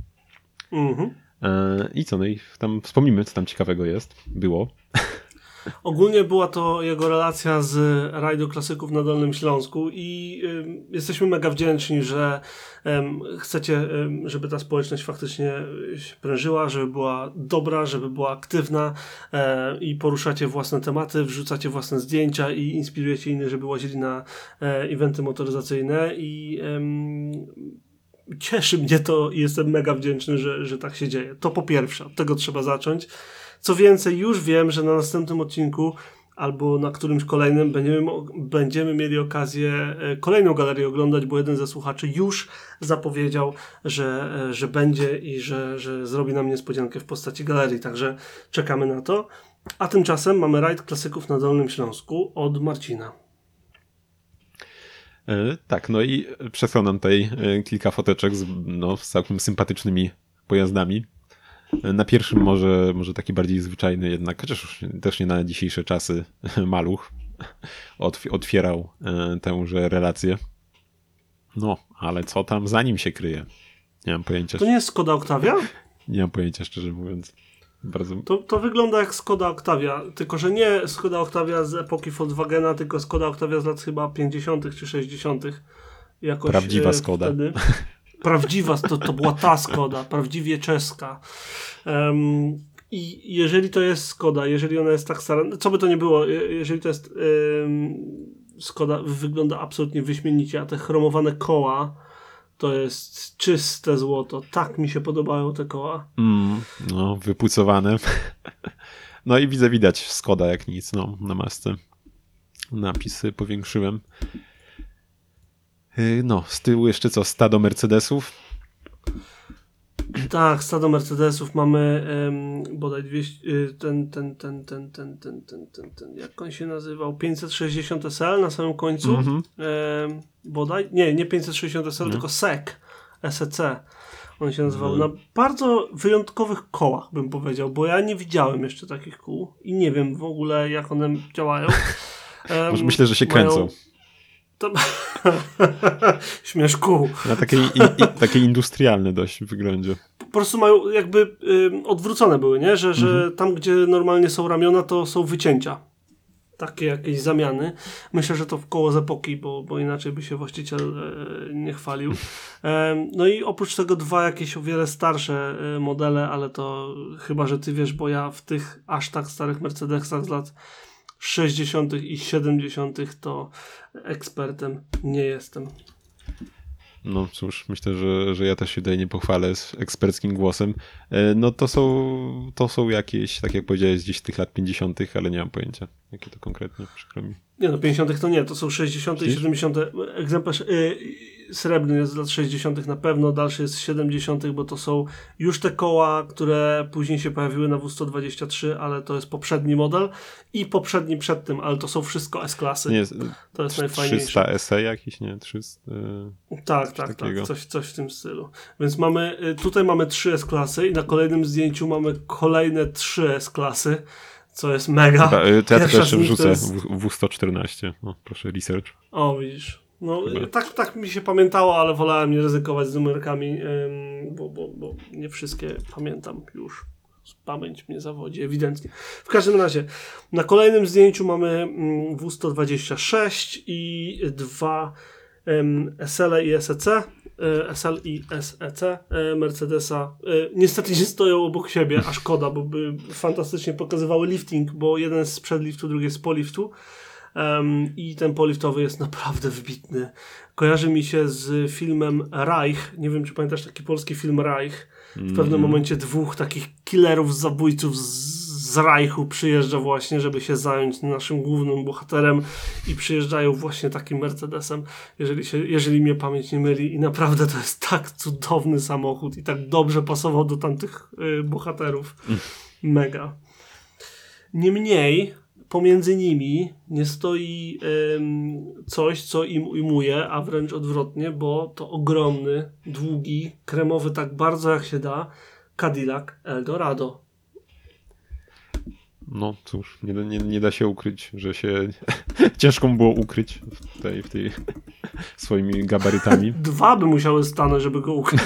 Mhm. Y, I co, no i tam wspomnimy, co tam ciekawego jest, było. Ogólnie była to jego relacja z rajdu klasyków na Dolnym Śląsku i y, jesteśmy mega wdzięczni, że y, chcecie, y, żeby ta społeczność faktycznie się prężyła, żeby była dobra, żeby była aktywna y, i poruszacie własne tematy, wrzucacie własne zdjęcia i inspirujecie innych, żeby łazili na y, eventy motoryzacyjne i y, cieszy mnie to i jestem mega wdzięczny, że, że tak się dzieje. To po pierwsze, od tego trzeba zacząć. Co więcej, już wiem, że na następnym odcinku albo na którymś kolejnym będziemy, będziemy mieli okazję kolejną galerię oglądać, bo jeden ze słuchaczy już zapowiedział, że, że będzie i że, że zrobi nam niespodziankę w postaci galerii, także czekamy na to. A tymczasem mamy rajd klasyków na Dolnym Śląsku od Marcina. E, tak, no i przesłał nam tutaj kilka foteczek z, no, z całkiem sympatycznymi pojazdami. Na pierwszym może, może taki bardziej zwyczajny jednak, chociaż już też nie na dzisiejsze czasy, maluch otwierał tęże relację. No, ale co tam za nim się kryje? Nie mam pojęcia. To nie jest Skoda Octavia? Nie mam pojęcia, szczerze mówiąc. Bardzo... To, to wygląda jak Skoda Octavia, tylko że nie Skoda Octavia z epoki Volkswagena, tylko Skoda Octavia z lat chyba pięćdziesiątych czy sześćdziesiątych. Jakoś, Prawdziwa e, Skoda. Wtedy. Prawdziwa, to, to była ta Skoda, prawdziwie czeska. Um, I jeżeli to jest Skoda, jeżeli ona jest tak stara, co by to nie było, jeżeli to jest um, Skoda, wygląda absolutnie wyśmienicie, a te chromowane koła to jest czyste złoto. Tak mi się podobają te koła. Mm, no, wypucowane. No i widzę, widać Skoda jak nic, no, na masce. Napisy powiększyłem. No, z tyłu jeszcze co? Stado Mercedesów? Tak, stado Mercedesów mamy um, bodaj dwieście, ten, ten, ten, ten, ten, ten, ten, ten, ten, jak on się nazywał? pięćset sześćdziesiąt S L na samym końcu. Mm-hmm. Um, bodaj? Nie, nie pięćset sześćdziesiąt S L, mm. tylko S E C. S E C. On się nazywał. Mm. Na bardzo wyjątkowych kołach, bym powiedział, bo ja nie widziałem jeszcze takich kół i nie wiem w ogóle, jak one działają. Um, Myślę, że się kręcą. Mają... To... Śmieszku. Na takie, i, i, takie industrialne dość w wyglądzie. prostu mają jakby y, odwrócone były, nie? Że, że Mhm. tam, gdzie normalnie są ramiona, to są wycięcia. Takie jakieś zamiany. Myślę, że to koło z epoki, bo, bo inaczej by się właściciel e, nie chwalił. E, no i oprócz tego dwa jakieś o wiele starsze e, modele, ale to chyba, że ty wiesz, bo ja w tych aż tak starych Mercedesach z lat sześćdziesiątych i siedemdziesiątych to ekspertem nie jestem. No cóż, myślę, że, że ja też się tutaj nie pochwalę z eksperckim głosem. E, No to są, to są jakieś, tak jak powiedziałeś, gdzieś z tych lat pięćdziesiątych, ale nie mam pojęcia, jakie to konkretnie, przykro mi. Nie no, pięćdziesiątych to nie, to są sześćdziesiąte i Widzisz? siedemdziesiąte. Egzemplarz y, srebrny jest z lat sześćdziesiątych na pewno, dalszy jest z siedemdziesiątych, bo to są już te koła, które później się pojawiły na W sto dwadzieścia trzy, ale to jest poprzedni model i poprzedni przed tym, ale to są wszystko S-klasy. Nie, To jest najfajniejsze. trzysta S E jakiś, nie? trzysta... e, Tak, tak, takiego. tak, coś, coś w tym stylu. Więc mamy, y, tutaj mamy trzy S-klasy i na kolejnym zdjęciu mamy kolejne trzy S-klasy, co jest mega. Chyba, e, to ja Pierwsza tylko jeszcze z nich to wrzucę jest- w- W sto czternaście. O, proszę, research. O, widzisz. No, Chyba. y, tak, tak mi się pamiętało, ale wolałem nie ryzykować z numerkami, ym, bo, bo, bo nie wszystkie pamiętam już. Pamięć mnie zawodzi, ewidentnie. W każdym razie, na kolejnym zdjęciu mamy mm, W sto dwadzieścia sześć i dwa um, S L i S E C. y, S L i S E C y, Mercedesa. Y, niestety nie stoją obok siebie, a szkoda, bo by fantastycznie pokazywały lifting, bo jeden jest z przedliftu, drugi jest z poliftu. Um, I ten poliftowy jest naprawdę wybitny. Kojarzy mi się z filmem Reich. Nie wiem, czy pamiętasz taki polski film Reich. W pewnym momencie dwóch takich killerów, zabójców z, z Reichu przyjeżdża właśnie, żeby się zająć naszym głównym bohaterem i przyjeżdżają właśnie takim Mercedesem, jeżeli, się, jeżeli mnie pamięć nie myli. I naprawdę to jest tak cudowny samochód i tak dobrze pasował do tamtych y, bohaterów. Mega. Niemniej pomiędzy nimi nie stoi ym, coś, co im ujmuje, a wręcz odwrotnie, bo to ogromny, długi, kremowy tak bardzo jak się da Cadillac Eldorado. No cóż, nie, da- nie, nie da się ukryć, że się ciężko mu było ukryć tutaj w tej swoimi gabarytami. Dwa by musiały stanąć, żeby go ukryć.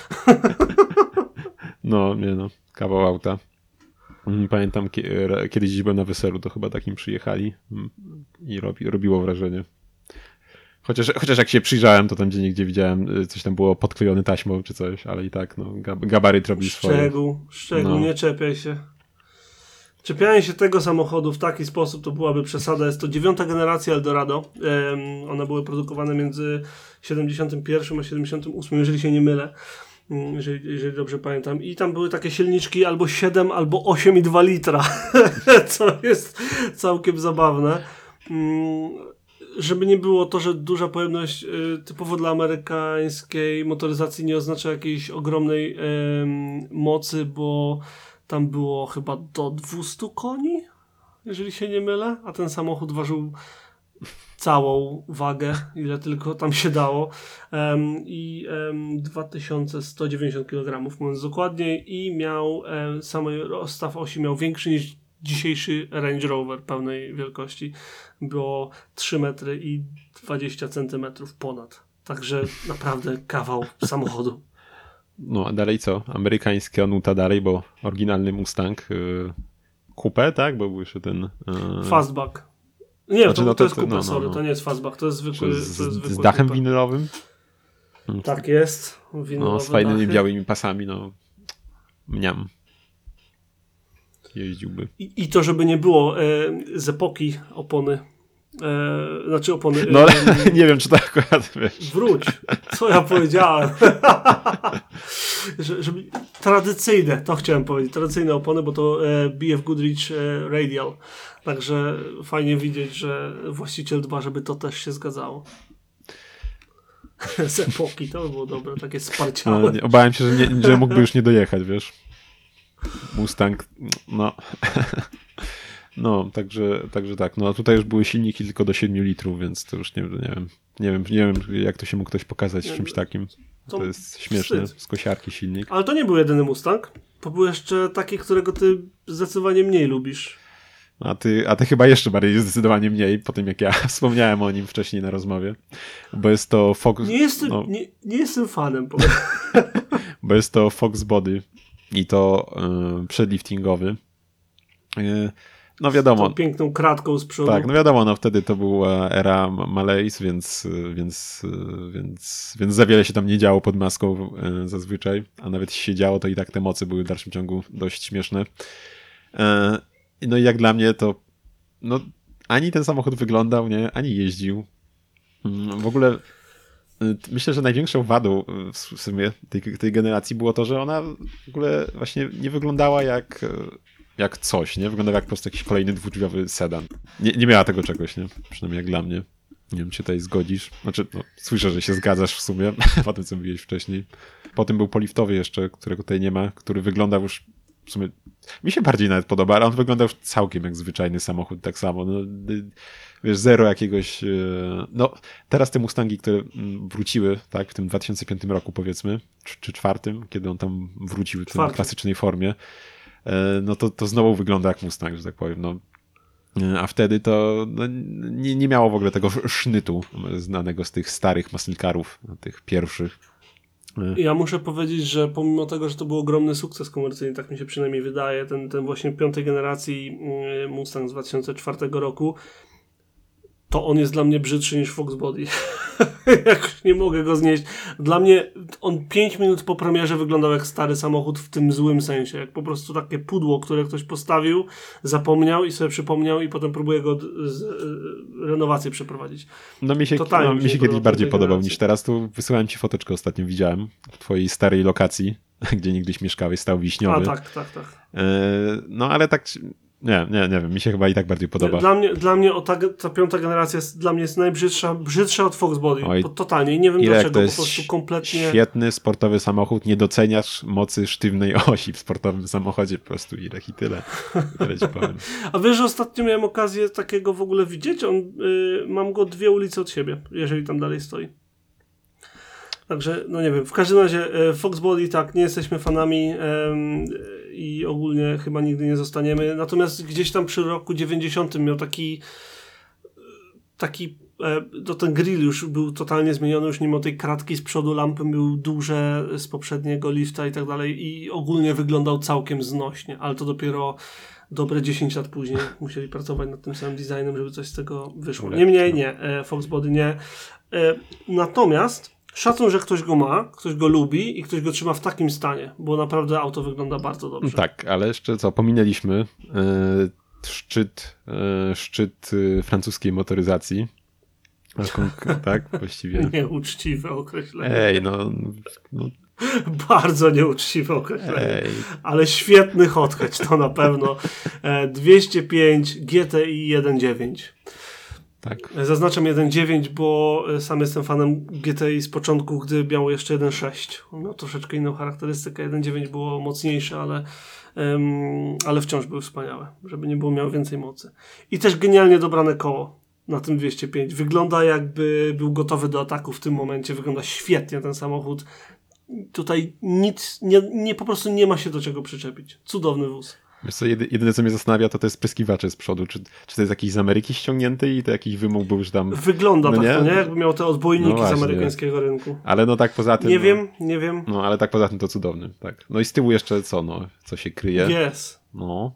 No, nie no, kawał auta. Mm, Pamiętam, kie- ra- kiedyś gdzieś byłem na weselu, to chyba takim przyjechali mm, i robi, robiło wrażenie. Chociaż, chociaż jak się przyjrzałem, to tam gdzie niegdzie widziałem, y, coś tam było podklejone taśmą czy coś, ale i tak, no, gab- gabaryt robi swoje. Szczegół, szczegół, No. nie czepiaj się. Czepianie się tego samochodu w taki sposób to byłaby przesada. Jest to dziewiąta generacja Eldorado. Um, one były produkowane między siedemdziesiątym pierwszym a siedemdziesiątym ósmym, jeżeli się nie mylę. Mm, Jeżeli, jeżeli dobrze pamiętam. I tam były takie silniczki albo siedem, albo osiem i dwa litra. Co jest całkiem zabawne. Mm, Żeby nie było to, że duża pojemność y, typowo dla amerykańskiej motoryzacji nie oznacza jakiejś ogromnej em, mocy, bo tam było chyba do dwieście koni, jeżeli się nie mylę, a ten samochód ważył całą wagę, ile tylko tam się dało. Em, I em, dwa tysiące sto dziewięćdziesiąt kilogramów, mówiąc dokładniej, i miał em, sam rozstaw osi miał większy niż dzisiejszy Range Rover pełnej wielkości. Było trzy metry i dwadzieścia centymetrów ponad. Także naprawdę kawał samochodu. No, a dalej co? Amerykańska nuta dalej, bo oryginalny Mustang y, Coupe, tak? Bo był jeszcze ten... Y, Fastback. Nie, Znaczy, to, no to to jest jest- coupe, no, no, sorry, no. to nie jest fastback, to jest zwykły, z, to jest z, zwykły z dachem coupe. winylowym? Tak jest. Winylowe No, z fajnymi dachy. białymi pasami, no. Mniam. Jeździłby. I, I to, żeby nie było e, z epoki opony. E, znaczy opony. No ale e, nie wiem, czy to akurat, wiesz. Wróć. Co ja powiedziałem? Że, żeby, tradycyjne, to chciałem powiedzieć. Tradycyjne opony, bo to e, B F Goodrich e, Radial. Także fajnie widzieć, że właściciel dba, żeby to też się zgadzało. Z epoki, to by było dobre, takie sparciałe. No, nie, obawiam się, że, nie, że mógłby już nie dojechać, wiesz. Mustang, no. No, także, także tak. No, a tutaj już były silniki tylko do siedmiu litrów, więc to już nie, nie wiem. Nie wiem, nie wiem, jak to się mógł ktoś pokazać z czymś takim. To To jest śmieszne. wstyd. Z kosiarki silnik. Ale to nie był jedyny Mustang, bo był jeszcze taki, którego ty zdecydowanie mniej lubisz. A ty, a ty chyba jeszcze bardziej zdecydowanie mniej, po tym jak ja wspomniałem o nim wcześniej na rozmowie. Bo jest to Focus. Nie jestem, no, nie, nie jestem fanem. Powiem. bo jest to Fox Body i to yy, przedliftingowy. Yy, no wiadomo. Z tą piękną kratką z przodu. Tak, no wiadomo, no wtedy to była era Malays, więc, więc, więc, więc za wiele się tam nie działo pod maską yy, zazwyczaj, a nawet jeśli się działo, to i tak te moce były w dalszym ciągu dość śmieszne. Yy, no i jak dla mnie to no ani ten samochód wyglądał, nie, ani jeździł. W ogóle myślę, że największą wadą w sumie tej, tej generacji było to, że ona w ogóle właśnie nie wyglądała jak, jak coś, nie? Wyglądała jak po prostu jakiś kolejny dwudrzwiowy sedan. Nie, nie miała tego czegoś, nie? Przynajmniej jak dla mnie. Nie wiem, czy się tutaj zgodzisz. Znaczy, no, słyszę, że się zgadzasz w sumie po tym, co mówiłeś wcześniej. Potem był poliftowy jeszcze, którego tutaj nie ma, który wyglądał już w sumie mi się bardziej nawet podoba, ale on wyglądał już całkiem jak zwyczajny samochód, tak samo. No, wiesz, zero jakiegoś... No, teraz te Mustangi, które wróciły, tak, w tym dwa tysiące piątym roku powiedzmy, czy, czy czwartym, kiedy on tam wrócił w tej klasycznej formie, no to, to znowu wygląda jak Mustang, że tak powiem, no. A wtedy to no, nie, nie miało w ogóle tego sznytu znanego z tych starych muscle-carów, tych pierwszych. Ja muszę powiedzieć, że pomimo tego, że to był ogromny sukces komercyjny, tak mi się przynajmniej wydaje, ten, ten właśnie piątej generacji Mustang z dwa tysiące czwartego roku, to on jest dla mnie brzydszy niż Fox Body. Jakoś nie mogę go znieść. Dla mnie on pięć minut po premierze wyglądał jak stary samochód w tym złym sensie. Jak po prostu takie pudło, które ktoś postawił, zapomniał i sobie przypomniał i potem próbuje go z, z, renowację przeprowadzić. No mi się, no, mi się kiedyś bardziej podobał niż teraz. Tu wysyłałem ci foteczkę, ostatnio widziałem w twojej starej lokacji, gdzie niegdyś mieszkałeś, stał wiśniowy. A tak, tak, tak. Yy, no ale tak... Nie, nie, nie wiem, mi się chyba i tak bardziej podoba. Dla mnie, dla mnie o ta, ta piąta generacja jest, dla mnie jest najbrzydsza, brzydsza od Fox Body. Oj, totalnie. I nie wiem dlaczego, to jest po prostu kompletnie... świetny sportowy samochód, nie doceniasz mocy sztywnej osi w sportowym samochodzie, po prostu Irek i tyle. tyle ci powiem. A wiesz, że ostatnio miałem okazję takiego w ogóle widzieć? On, y, mam go dwie ulice od siebie, jeżeli tam dalej stoi. Także, no nie wiem, w każdym razie e, Fox Body, tak, nie jesteśmy fanami e, i ogólnie chyba nigdy nie zostaniemy, natomiast gdzieś tam przy roku dziewięćdziesiątym miał taki taki, e, to ten grill już był totalnie zmieniony, już mimo tej kratki z przodu lampy był duże z poprzedniego lifta i tak dalej i ogólnie wyglądał całkiem znośnie, ale to dopiero dobre dziesięć lat później musieli pracować nad tym samym designem, żeby coś z tego wyszło. Niemniej nie, e, Fox Body nie. E, natomiast szacun, że ktoś go ma, ktoś go lubi i ktoś go trzyma w takim stanie, bo naprawdę auto wygląda bardzo dobrze. Tak, ale jeszcze co, pominęliśmy yy, szczyt, yy, szczyt yy, francuskiej motoryzacji. Tak, właściwie. Nieuczciwe określenie. Ej, no... no. Bardzo nieuczciwe określenie. Ej. Ale świetny hot hatch to na pewno. E, dwieście pięć G T I jeden dziewięć. Tak. Zaznaczam jeden dziewięć, bo sam jestem fanem G T I z początku, gdy miało jeszcze jeden sześć. Miał troszeczkę inną charakterystykę. jeden dziewięć było mocniejsze, ale, um, ale wciąż były wspaniałe, żeby nie było miało więcej mocy. I też genialnie dobrane koło na tym dwieście pięć. Wygląda jakby był gotowy do ataku w tym momencie. Wygląda świetnie ten samochód. Tutaj nic, nie, nie, po prostu nie ma się do czego przyczepić. Cudowny wóz. Wiesz co, jedy, jedyne co mnie zastanawia, to to jest spryskiwacze z przodu. Czy, czy to jest jakiś z Ameryki ściągnięty i to jakiś wymóg był już tam... Wygląda no tak, nie? To nie? Jakby miał te odbojniki no właśnie, z amerykańskiego rynku. Ale no tak poza tym... Nie no, wiem, nie wiem. No ale tak poza tym to cudowny, tak. No i z tyłu jeszcze co, no, co się kryje? G S. No.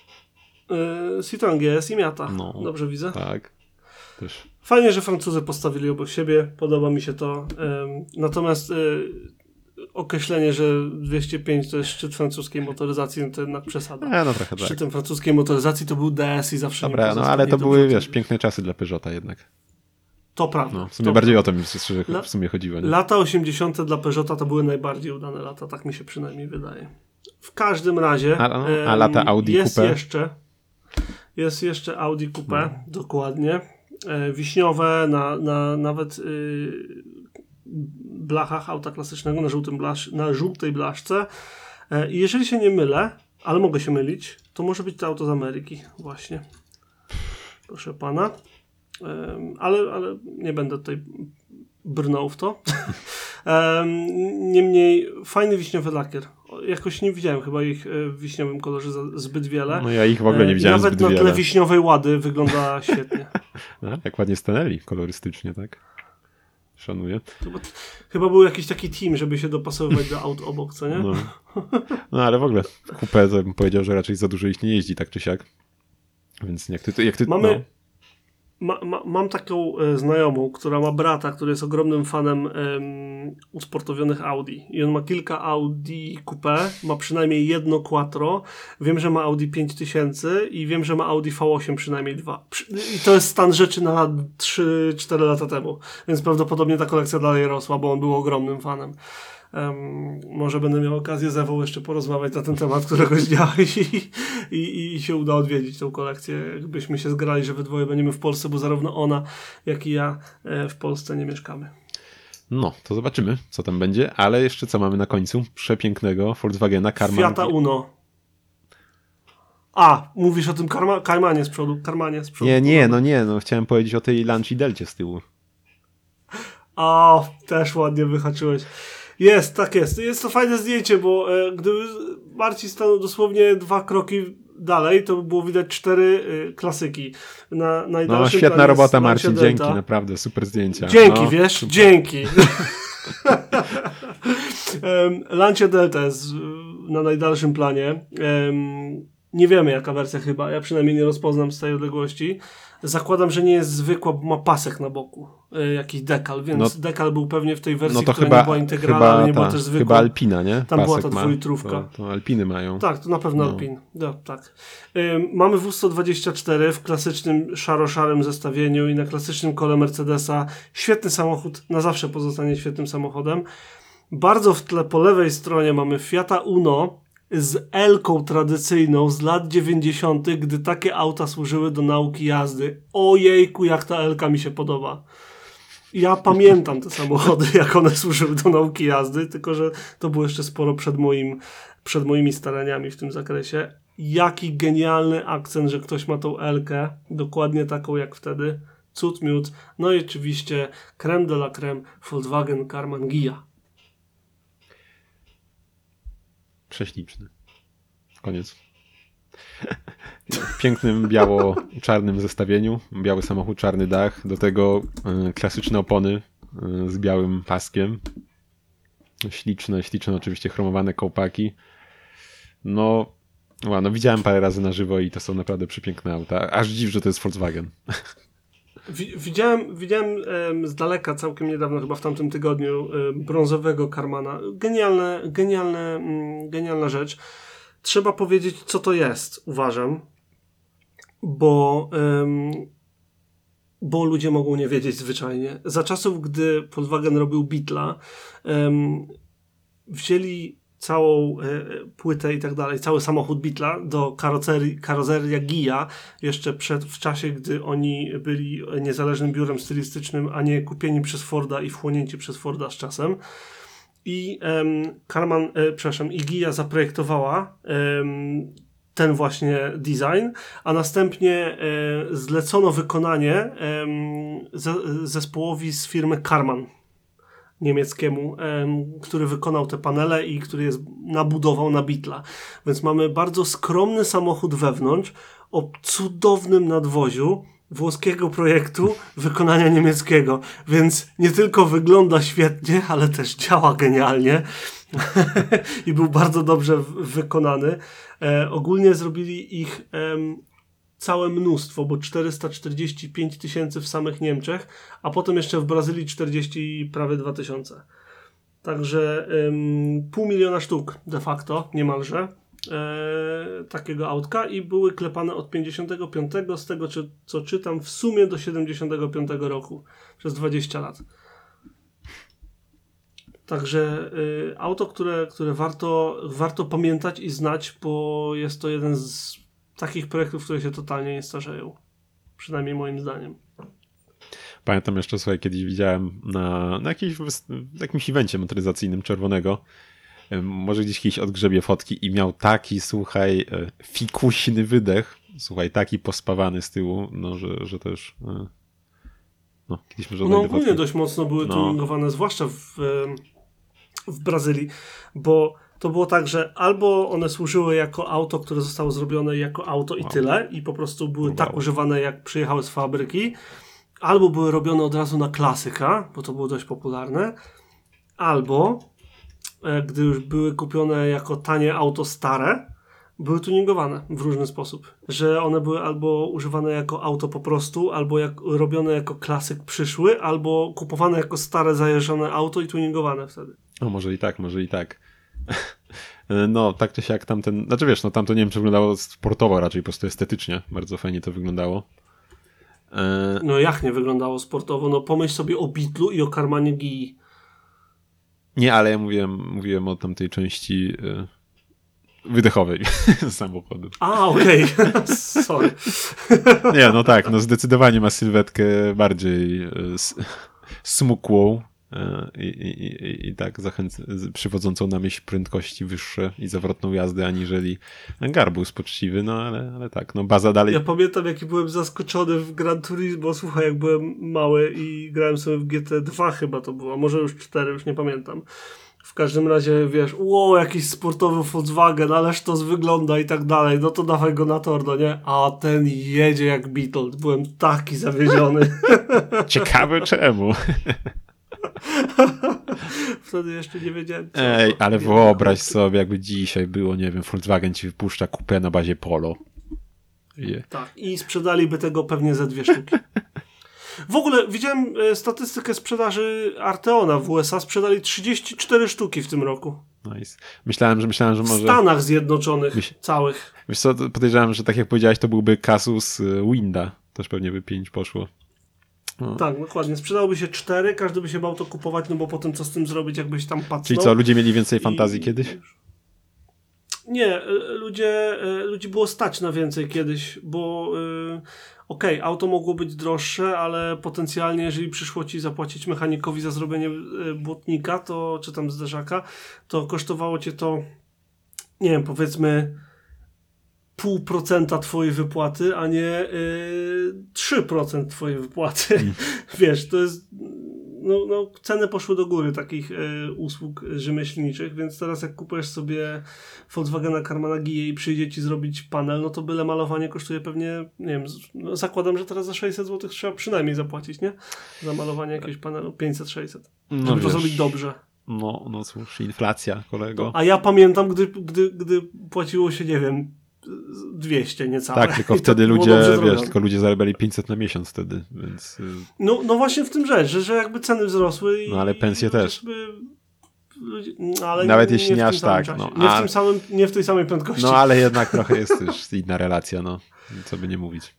Yy, Citroen G S i Miata. No. Dobrze widzę? Tak. Też. Fajnie, że Francuzy postawili obok siebie. Podoba mi się to. Yy, natomiast yy, określenie, że dwieście pięć to jest szczyt francuskiej motoryzacji, no to jednak przesada. E, no trochę tak. Szczytem francuskiej motoryzacji to był D S i zawsze Dobra, nie no ale to były, wiesz, piękne czasy dla Peugeota jednak. To prawda. No, w sumie to bardziej prawda. o to mi w, w sumie chodziło. Nie? Lata osiemdziesiąte dla Peugeota to były najbardziej udane lata, tak mi się przynajmniej wydaje. W każdym razie a, no, a lata Audi jest Coupe? jeszcze jest jeszcze Audi Coupe, no. dokładnie. E, wiśniowe, na, na nawet y, blachach auta klasycznego, na, żółtym blasz, na żółtej blaszce. E, I jeżeli się nie mylę, ale mogę się mylić, to może być to auto z Ameryki właśnie. Proszę pana. E, ale, ale nie będę tutaj brnął w to. e, niemniej fajny wiśniowy lakier. Jakoś nie widziałem chyba ich w wiśniowym kolorze za, zbyt wiele. No ja ich w ogóle nie widziałem Nawet zbyt na wiele. tle wiśniowej Łady wygląda świetnie. No, jak ładnie stanęli kolorystycznie, tak? szanuję. Chyba, chyba był jakiś taki team, żeby się dopasowywać do aut obok, co nie? No, no ale w ogóle kupę to bym powiedział, że raczej za dużo ich nie jeździ, tak czy siak. Więc jak ty... Jak ty Mamy... no. Ma, ma, mam taką e, znajomą, która ma brata, który jest ogromnym fanem em, usportowionych Audi. I on ma kilka Audi Coupé, ma przynajmniej jedno Quattro. Wiem, że ma Audi pięć tysięcy i wiem, że ma Audi V osiem przynajmniej dwa. I to jest stan rzeczy na trzy cztery lata temu. Więc prawdopodobnie ta kolekcja dalej rosła, bo on był ogromnym fanem. Um, może będę miał okazję z Ewą jeszcze porozmawiać na ten temat któregoś dnia i, i, i się uda odwiedzić tą kolekcję. Jakbyśmy się zgrali, że we dwoje będziemy w Polsce, bo zarówno ona, jak i ja e, w Polsce nie mieszkamy. No, to zobaczymy, co tam będzie, ale jeszcze co mamy na końcu? Przepięknego Volkswagena Karman. Fiata Uno. A, mówisz o tym karma, Karmanie z przodu. Karmanie z przodu. Nie, nie, no nie, no chciałem powiedzieć o tej Lanci Delcie z tyłu. O, też ładnie wyhaczyłeś. Jest, tak jest. Jest to fajne zdjęcie, bo e, gdyby Marcin stanął dosłownie dwa kroki dalej, to by było widać cztery e, klasyki. Na No najdalszym świetna planie robota, jest Marcin, Lancia dzięki, Delta. naprawdę, super zdjęcia. Dzięki, no, wiesz, super. dzięki. um, Lancia Delta jest na najdalszym planie. Um, nie wiemy jaka wersja chyba, ja przynajmniej nie rozpoznam z tej odległości. Zakładam, że nie jest zwykła, bo ma pasek na boku, y, jakiś dekal, więc No, dekal był pewnie w tej wersji, No to która chyba, nie była integralna, chyba, ale nie ta, była też zwykła. chyba Alpina, nie? Tam była ta Pasek ma. dwulitrówka. To, to Alpiny mają. Tak, to na pewno No. Alpin. No, tak. Ym, mamy W sto dwadzieścia cztery w klasycznym szaro-szarym zestawieniu i na klasycznym kole Mercedesa. Świetny samochód, na zawsze pozostanie świetnym samochodem. Bardzo w tle po lewej stronie mamy Fiata Uno z L-ką tradycyjną z lat dziewięćdziesiątych, gdy takie auta służyły do nauki jazdy. Ojejku, jak ta L-ka mi się podoba. Ja pamiętam te samochody, jak one służyły do nauki jazdy, tylko że to było jeszcze sporo przed, moim, przed moimi staraniami w tym zakresie. Jaki genialny akcent, że ktoś ma tą L-kę, dokładnie taką jak wtedy. Cud miód. No i oczywiście creme de la creme Volkswagen Karmann Ghia. Prześliczny. Koniec. W pięknym biało-czarnym zestawieniu. Biały samochód, czarny dach. Do tego y, klasyczne opony y, z białym paskiem. Śliczne, śliczne oczywiście chromowane kołpaki. No, ła, no widziałem parę razy na żywo i to są naprawdę przepiękne auta. Aż dziw, że to jest Volkswagen. Widziałem, widziałem em, z daleka całkiem niedawno, chyba w tamtym tygodniu, em, brązowego Karmana. Genialne, genialne, mm, genialna rzecz. Trzeba powiedzieć, co to jest, uważam, bo, em, bo ludzie mogą nie wiedzieć zwyczajnie. Za czasów, gdy Volkswagen robił Beetla, em, wzięli całą e, płytę i tak dalej, cały samochód Beetla do karoserii, karoseria Ghia jeszcze przed, w czasie, gdy oni byli niezależnym biurem stylistycznym, a nie kupieni przez Forda i wchłonięci przez Forda z czasem. I em, Karmann, e, przepraszam, i Ghia zaprojektowała em, ten właśnie design, a następnie e, zlecono wykonanie em, ze, zespołowi z firmy Karmann niemieckiemu, em, który wykonał te panele i który jest nabudował na Beetla. Więc mamy bardzo skromny samochód wewnątrz o cudownym nadwoziu włoskiego projektu wykonania niemieckiego. Więc nie tylko wygląda świetnie, ale też działa genialnie i był bardzo dobrze w- wykonany. E, ogólnie zrobili ich em, całe mnóstwo, bo czterysta czterdzieści pięć tysięcy w samych Niemczech, a potem jeszcze w Brazylii czterdzieści prawie dwa tysiące. Także ym, pół miliona sztuk de facto, niemalże, e, takiego autka i były klepane od pięćdziesiątego piątego, z tego czy, co czytam, w sumie do siedemdziesiątego piątego roku, przez dwadzieścia lat. Także y, auto, które, które warto, warto pamiętać i znać, bo jest to jeden z takich projektów, które się totalnie nie starzeją. Przynajmniej moim zdaniem. Pamiętam jeszcze, słuchaj, kiedyś widziałem na, na jakiejś, wys- jakimś evencie motoryzacyjnym czerwonego, em, może gdzieś kiedyś odgrzebie fotki i miał taki, słuchaj, e, fikuśny wydech, słuchaj, taki pospawany z tyłu, no, że, że też e, no, kiedyś może No odnajdę ogólnie fotki. dość mocno były No. tuningowane, zwłaszcza w, em, w Brazylii, bo to było tak, że albo one służyły jako auto, które zostało zrobione jako auto i Wow. tyle i po prostu były Wow. tak używane, jak przyjechały z fabryki, albo były robione od razu na klasyka, bo to było dość popularne, albo e, gdy już były kupione jako tanie auto stare, były tuningowane w różny sposób. Że one były albo używane jako auto po prostu, albo jak, robione jako klasyk przyszły, albo kupowane jako stare, zajeżdżone auto i tuningowane wtedy. No może i tak, może i tak. No, tak czy siak tamten... Znaczy wiesz, no tam to nie wiem, czy wyglądało sportowo, raczej po prostu estetycznie. Bardzo fajnie to wyglądało. E... No jak nie wyglądało sportowo? No pomyśl sobie o Beatlu i o Karmanie Gii. Nie, ale ja mówiłem, mówiłem o tamtej części e... wydechowej samochodu. A, okej. Okay. Sorry. Nie, no tak, no zdecydowanie ma sylwetkę bardziej e, s- smukłą. I, i, i, i tak zachęc- przywodzącą na myśl prędkości wyższe i zawrotną jazdę, aniżeli garbus poczciwy, no ale, ale tak, no baza dalej... Ja pamiętam, jaki byłem zaskoczony w Gran Turismo, słuchaj, jak byłem mały i grałem sobie w G T dwa chyba to było, może już cztery, już nie pamiętam. W każdym razie, wiesz, wow, jakiś sportowy Volkswagen, ależ to wygląda i tak dalej, no to dawaj go na tor, no nie? A ten jedzie jak Beetle, byłem taki zawiedziony. Ciekawe czemu. Wtedy jeszcze nie wiedziałem. Co Ej, ale nie wyobraź wiem, sobie, jakby dzisiaj było, nie wiem, Volkswagen ci wypuszcza coupé na bazie Polo. Je. Tak, i sprzedaliby tego pewnie ze dwie sztuki. W ogóle widziałem e, statystykę sprzedaży Arteona w U S A, sprzedali trzydzieści cztery sztuki w tym roku. Nice. Myślałem, że myślałem, że W może... Stanach Zjednoczonych Myśl- całych. Wiesz co, to podejrzewam, że tak jak powiedziałeś, to byłby kasus y, Winda. Też pewnie by pięć poszło. No. Tak, dokładnie. Sprzedałoby się cztery, każdy by się bał to kupować, no bo potem co z tym zrobić, jakbyś tam patrzył. Czyli co, ludzie mieli więcej fantazji I- kiedyś? Nie, y, ludzie, y, ludzi było stać na więcej kiedyś, bo y, okej, okay, auto mogło być droższe, ale potencjalnie, jeżeli przyszło ci zapłacić mechanikowi za zrobienie y, błotnika, to, czy tam zderzaka, to kosztowało cię to, nie wiem, powiedzmy pół procenta twojej wypłaty, a nie y, trzy procent twojej wypłaty. Mm. Wiesz, to jest... No, no, ceny poszły do góry takich y, usług rzemieślniczych, więc teraz jak kupujesz sobie Volkswagena Karmana Gie i przyjdzie ci zrobić panel, no to byle malowanie kosztuje pewnie, nie wiem, z, no, zakładam, że teraz za sześćset złotych trzeba przynajmniej zapłacić, nie? Za malowanie jakiegoś panelu, pięćset sześćset. No żeby wiesz, to zrobić dobrze. No, no cóż, inflacja, kolego. A ja pamiętam, gdy, gdy, gdy płaciło się, nie wiem, dwieście niecałe. Tak, tylko I to wtedy było ludzie, dobrze wiesz, zrobione. tylko ludzie zarabiali pięćset na miesiąc wtedy, więc... y, No, no właśnie w tym rzecz, że, że jakby ceny wzrosły i... No, ale pensje ludzie też. Sobie, ludzie, no, ale Nawet nie, jeśli nie, nie w aż tym samym tak, czasie. no, Nie, a- w tym samym, nie w tej samej prędkości. No, ale jednak trochę jest też inna relacja, no. Co by nie mówić.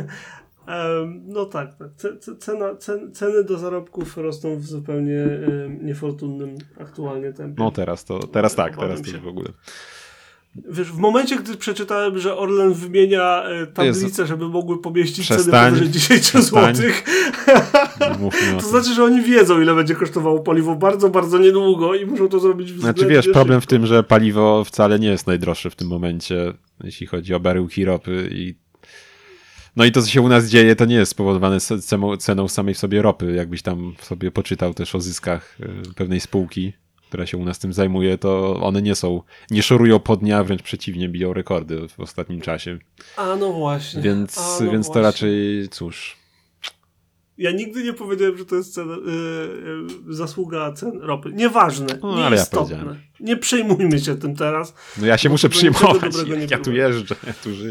Um, no tak, tak. Ce, ce, cena, cen, ceny do zarobków rosną w zupełnie um, niefortunnym aktualnie tempie. No teraz to, teraz tak, Obawiam teraz to się. w ogóle. Wiesz, w momencie, gdy przeczytałem, że Orlen wymienia e, tablice, Jezu. żeby mogły pomieścić Przestań. ceny powyżej dziesięć złotych, Nie mówmy o to tym. znaczy, że oni wiedzą, ile będzie kosztowało paliwo bardzo, bardzo niedługo i muszą to zrobić względnie Znaczy wiesz, problem w szybko. tym, że paliwo wcale nie jest najdroższe w tym momencie, jeśli chodzi o baryłki ropy i no i to, co się u nas dzieje, to nie jest spowodowane ceną, ceną samej w sobie ropy. Jakbyś tam sobie poczytał też o zyskach y, pewnej spółki, która się u nas tym zajmuje, to one nie są, nie szorują po dnia, wręcz przeciwnie, biją rekordy w ostatnim czasie. A no właśnie. Więc, A, no więc to właśnie. raczej, cóż... Ja nigdy nie powiedziałem, że to jest cena, yy, yy, zasługa cen ropy. Nieważne, No, ale ja nieistotne. powiedziałem. Nie przejmujmy się tym teraz. No ja się Bo muszę to niczego przyjmować, dobrego nie ja tu było. jeżdżę, ja tu żyję.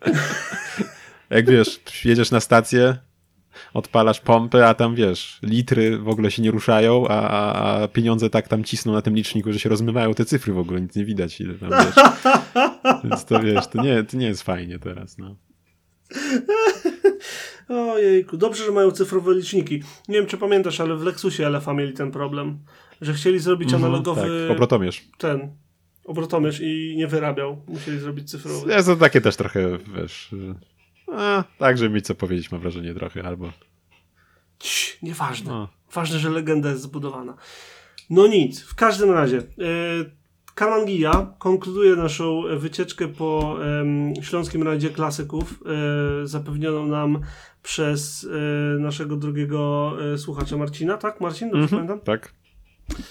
Jak wiesz, jedziesz na stację, odpalasz pompę, a tam wiesz, litry w ogóle się nie ruszają, a, a, a pieniądze tak tam cisną na tym liczniku, że się rozmywają te cyfry w ogóle, nic nie widać, ile tam wiesz. Więc to wiesz, to nie, to nie jest fajnie teraz, no. Ojejku, dobrze, że mają cyfrowe liczniki. Nie wiem, czy pamiętasz, ale w Lexusie L F A mieli ten problem, że chcieli zrobić analogowy Tak, obrotomierz. ten obrotomierz i nie wyrabiał. Musieli zrobić cyfrowy. Jest to takie też trochę, wiesz, a, tak, żeby mieć co powiedzieć, mam wrażenie trochę, albo... Cii, nieważne. No. Ważne, że legenda jest zbudowana. No nic, w każdym razie yy, Karman Gia konkluduje naszą wycieczkę po yy, Śląskim Rajdzie Klasyków yy, zapewnioną nam przez yy, naszego drugiego yy, słuchacza Marcina, tak? Marcin, dobrze Mhm, pamiętam? tak.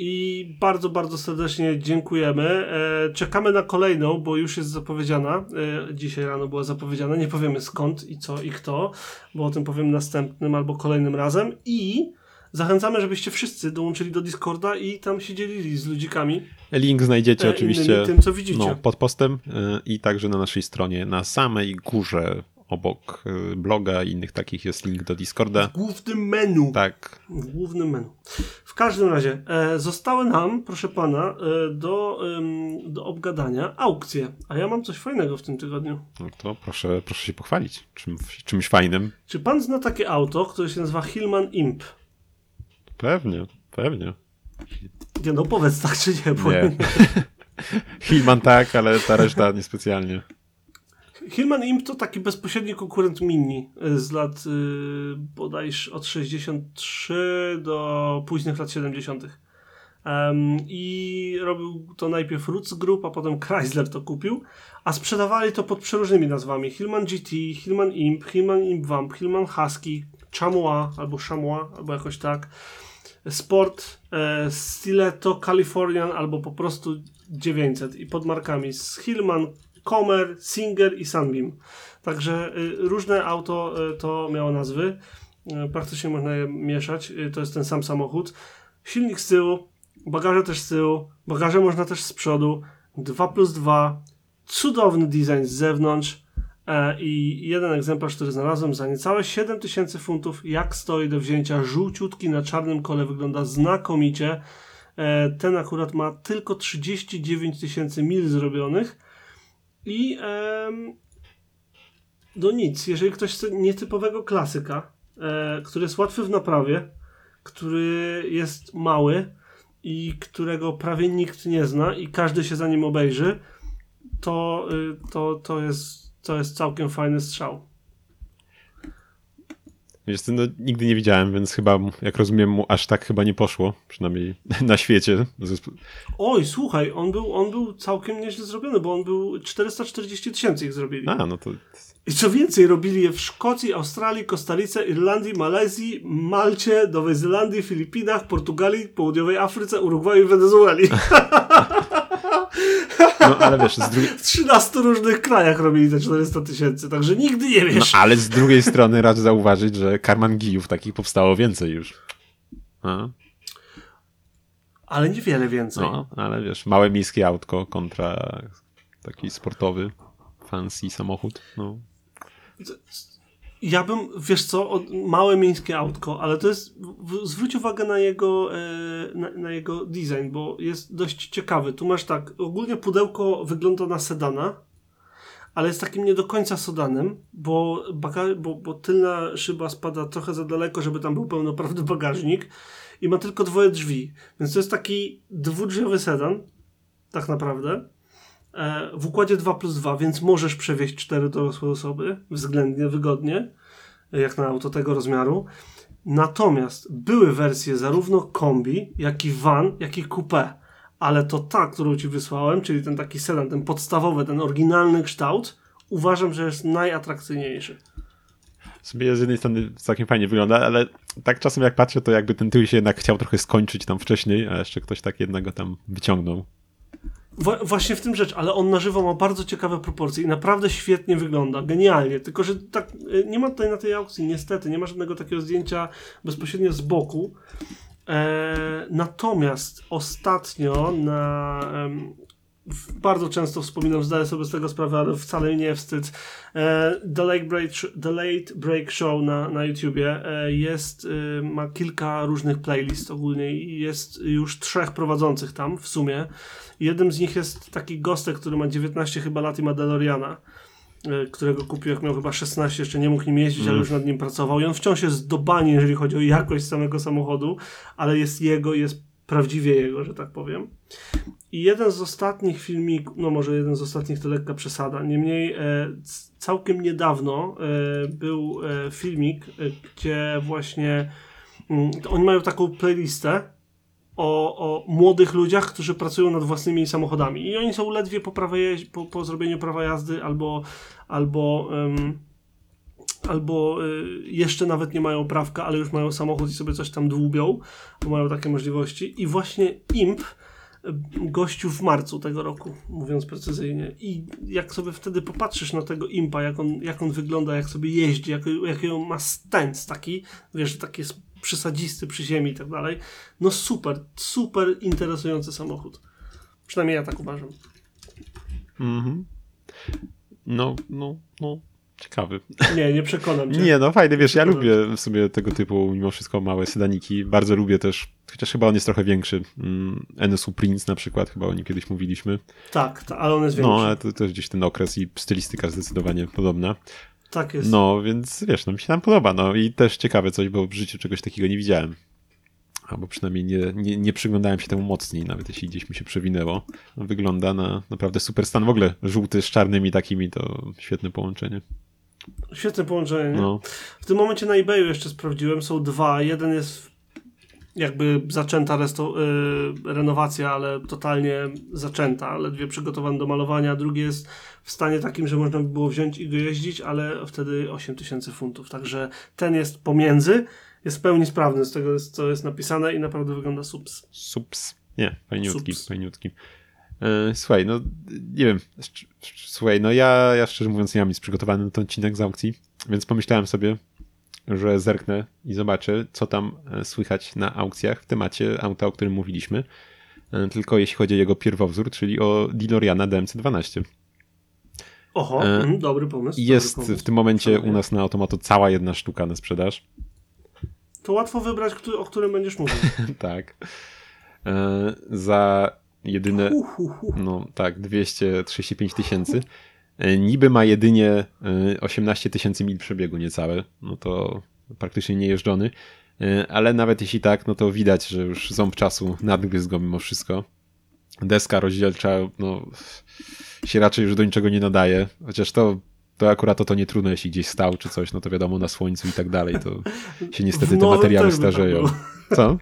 I bardzo, bardzo serdecznie dziękujemy. E, czekamy na kolejną, bo już jest zapowiedziana. E, dzisiaj rano była zapowiedziana. Nie powiemy skąd i co i kto, bo o tym powiem następnym albo kolejnym razem. I zachęcamy, żebyście wszyscy dołączyli do Discorda i tam się dzielili z ludzikami. Link znajdziecie e, oczywiście tym, co widzicie. No, pod postem y, i także na naszej stronie na samej górze obok y, bloga i innych takich jest link do Discorda. W głównym menu. Tak. W głównym menu. W każdym razie e, zostały nam, proszę pana, e, do, ym, do obgadania aukcje. A ja mam coś fajnego w tym tygodniu. No to proszę, proszę się pochwalić czym, czymś fajnym. Czy pan zna takie auto, które się nazywa Hillman Imp? Pewnie, pewnie. Nie no, powiedz tak czy nie. Bo... Nie. Hillman tak, ale ta reszta niespecjalnie. Hillman Imp to taki bezpośredni konkurent Mini z lat yy, bodajż od sześćdziesiąt trzy do późnych lat siedemdziesiątych. Um, I robił to najpierw Roots Group, a potem Chrysler to kupił, a sprzedawali to pod przeróżnymi nazwami. Hillman G T, Hillman Imp, Hillman Imp Vamp, Hillman Husky, Chamois albo Chamois, albo jakoś tak. Sport, e, Stiletto, Californian albo po prostu dziewięćset i pod markami z Hillman, Comer, Singer i Sunbeam. Także y, różne auto y, to miało nazwy. Y, praktycznie można je mieszać. Y, to jest ten sam samochód. Silnik z tyłu, bagaże też z tyłu, bagaże można też z przodu. dwa plus dwa, cudowny design z zewnątrz e, i jeden egzemplarz, który znalazłem za niecałe siedem tysięcy funtów. Jak stoi do wzięcia, żółciutki na czarnym kole, wygląda znakomicie. E, ten akurat ma tylko trzydzieści dziewięć tysięcy mil zrobionych. I em, no nic, jeżeli ktoś chce nietypowego klasyka, e, który jest łatwy w naprawie, który jest mały i którego prawie nikt nie zna i każdy się za nim obejrzy, to, y, to, to, jest, to jest całkiem fajny strzał. Wiesz, no, nigdy nie widziałem, więc chyba, jak rozumiem, mu aż tak chyba nie poszło, przynajmniej na świecie. Oj, słuchaj, on był, on był całkiem nieźle zrobiony, bo on był czterysta czterdzieści tysięcy ich zrobili. A, no to... I co więcej, robili je w Szkocji, Australii, Kostarice, Irlandii, Malezji, Malcie, Nowej Zelandii, Filipinach, Portugalii, Południowej Afryce, Urugwaju i Wenezueli. No, ale wiesz, z drugiej... W trzynastu różnych krajach robili te czterysta tysięcy, także nigdy nie wiesz. No, ale z drugiej strony racz zauważyć, że Karman Gijów takich powstało więcej już. A? Ale niewiele więcej. No, ale wiesz, małe miejskie autko kontra taki sportowy, fancy samochód, no. Ja bym, wiesz co, od, małe miejskie autko, ale to jest, w, zwróć uwagę na jego, e, na, na jego design, bo jest dość ciekawy. Tu masz tak, ogólnie pudełko wygląda na sedana, ale jest takim nie do końca sedanem, bo, baga- bo, bo tylna szyba spada trochę za daleko, żeby tam był pełnoprawny bagażnik i ma tylko dwoje drzwi, więc to jest taki dwudrzwiowy sedan, tak naprawdę. W układzie dwa plus dwa, więc możesz przewieźć cztery dorosłe osoby względnie wygodnie, jak na auto tego rozmiaru. Natomiast były wersje zarówno kombi, jak i van, jak i coupé. Ale to ta, którą ci wysłałem, czyli ten taki sedan, ten podstawowy, ten oryginalny kształt, uważam, że jest najatrakcyjniejszy. Sobie z jednej strony całkiem fajnie wygląda, ale tak czasem jak patrzę, to jakby ten tył się jednak chciał trochę skończyć tam wcześniej, a jeszcze ktoś tak jednego tam wyciągnął. Wła- właśnie w tym rzecz, ale on na żywo ma bardzo ciekawe proporcje i naprawdę świetnie wygląda, genialnie, tylko że tak nie ma tutaj na tej aukcji, niestety, nie ma żadnego takiego zdjęcia bezpośrednio z boku. E, natomiast ostatnio na em, w, bardzo często wspominam, zdaję sobie z tego sprawę, ale wcale nie wstyd, e, The, Late Break, The Late Break Show na, na YouTubie e, jest, e, ma kilka różnych playlist ogólnie i jest już trzech prowadzących tam w sumie. Jednym z nich jest taki gostek, który ma dziewiętnaście chyba lat i ma DeLoreana, y, którego kupił jak miał chyba szesnaście, jeszcze nie mógł nim jeździć, mm. ale już nad nim pracował. I on wciąż jest zdobany, jeżeli chodzi o jakość samego samochodu, ale jest jego, jest prawdziwie jego, że tak powiem. I jeden z ostatnich filmików, no może jeden z ostatnich to lekka przesada, niemniej e, całkiem niedawno e, był e, filmik, e, gdzie właśnie mm, oni mają taką playlistę O, o młodych ludziach, którzy pracują nad własnymi samochodami i oni są ledwie po, prawej jeź- po, po zrobieniu prawa jazdy albo, albo um, albo y, jeszcze nawet nie mają prawka, ale już mają samochód i sobie coś tam dłubią, bo mają takie możliwości. I właśnie Imp y, gościł w marcu tego roku, mówiąc precyzyjnie. I jak sobie wtedy popatrzysz na tego Impa, jak on, jak on wygląda, jak sobie jeździ, jak, jaki on ma stance taki, wiesz, taki jest przysadzisty przy ziemi i tak dalej, no super, super interesujący samochód. Przynajmniej ja tak uważam. Mhm. No, no, no. Ciekawy. Nie, nie przekonam cię. Nie, no fajny, wiesz, ja lubię w sobie tego typu mimo wszystko małe sedaniki. Bardzo lubię też, chociaż chyba on jest trochę większy. N S U Prince na przykład, chyba o nim kiedyś mówiliśmy. Tak, ta, ale on jest większy. No, ale to też gdzieś ten okres i stylistyka zdecydowanie podobna. Tak jest. No, więc wiesz, no mi się tam podoba. No i też ciekawe coś, bo w życiu czegoś takiego nie widziałem. Albo przynajmniej nie, nie, nie przyglądałem się temu mocniej, nawet jeśli gdzieś mi się przewinęło. No, wygląda na naprawdę super stan. W ogóle żółty z czarnymi takimi to świetne połączenie. Świetne połączenie, nie? No. W tym momencie na eBayu jeszcze sprawdziłem, są dwa. Jeden jest jakby zaczęta resto- yy, renowacja, ale totalnie zaczęta, ledwie przygotowany do malowania. Drugi jest w stanie takim, że można by było wziąć i go jeździć, ale wtedy osiem tysięcy funtów. Także ten jest pomiędzy, jest w pełni sprawny z tego, co jest napisane i naprawdę wygląda subs. Sups. Nie, fajniutki, Sups. fajniutki. E, słuchaj, no nie wiem, sz- sz- słuchaj, no ja, ja szczerze mówiąc nie mam nic przygotowany na ten odcinek z aukcji, więc pomyślałem sobie, że zerknę i zobaczę, co tam e, słychać na aukcjach w temacie auta, o którym mówiliśmy, e, tylko jeśli chodzi o jego pierwowzór, czyli o DeLoreana D M C dwanaście. Oho, E, mm, dobry pomysł. Jest dobry pomysł. w tym momencie Szanuję. u nas na Automoto cała jedna sztuka na sprzedaż. To łatwo wybrać, który, o którym będziesz mówił. Tak. E, za jedyne, Hu, hu, hu. no tak, dwieście trzydzieści pięć tysięcy. E, niby ma jedynie e, osiemnaście tysięcy mil przebiegu niecałe. No to praktycznie niejeżdżony. E, ale nawet jeśli tak, no to widać, że już ząb czasu nadgryzł go mimo wszystko. Deska rozdzielcza, no się raczej już do niczego nie nadaje. Chociaż to to akurat o to nie trudno, jeśli gdzieś stał czy coś, no to wiadomo, na słońcu i tak dalej, to się niestety W te nowym materiały też by tak starzeją. było. Co?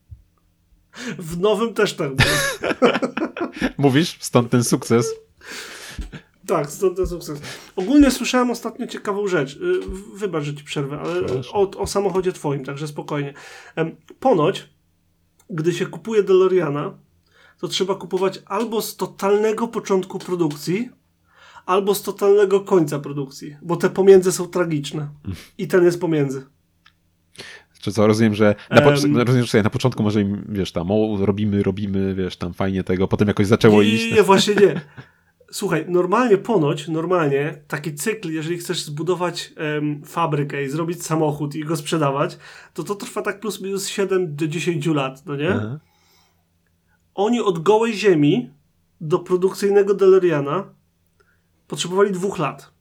W nowym też tak było. Mówisz? Stąd ten sukces? Tak, stąd ten sukces. Ogólnie słyszałem ostatnio ciekawą rzecz. Y, Wybacz, że ci przerwę, ale Proszę. o, o samochodzie twoim, także spokojnie. Em, Ponoć, gdy się kupuje DeLoreana, to trzeba kupować albo z totalnego początku produkcji, albo z totalnego końca produkcji, bo te pomiędzy są tragiczne. I ten jest pomiędzy. Czy co, rozumiem, że na, pocz- Em. rozumiem, że sobie na początku może im, wiesz, tam o, robimy, robimy, wiesz, tam fajnie tego, potem jakoś zaczęło nie, iść. Nie, nie, właśnie nie. Słuchaj, normalnie ponoć, normalnie taki cykl, jeżeli chcesz zbudować em, fabrykę i zrobić samochód i go sprzedawać, to to trwa tak plus minus siedem do dziesięciu lat, no nie? Aha. Oni od gołej ziemi do produkcyjnego DeLoreana potrzebowali dwóch lat.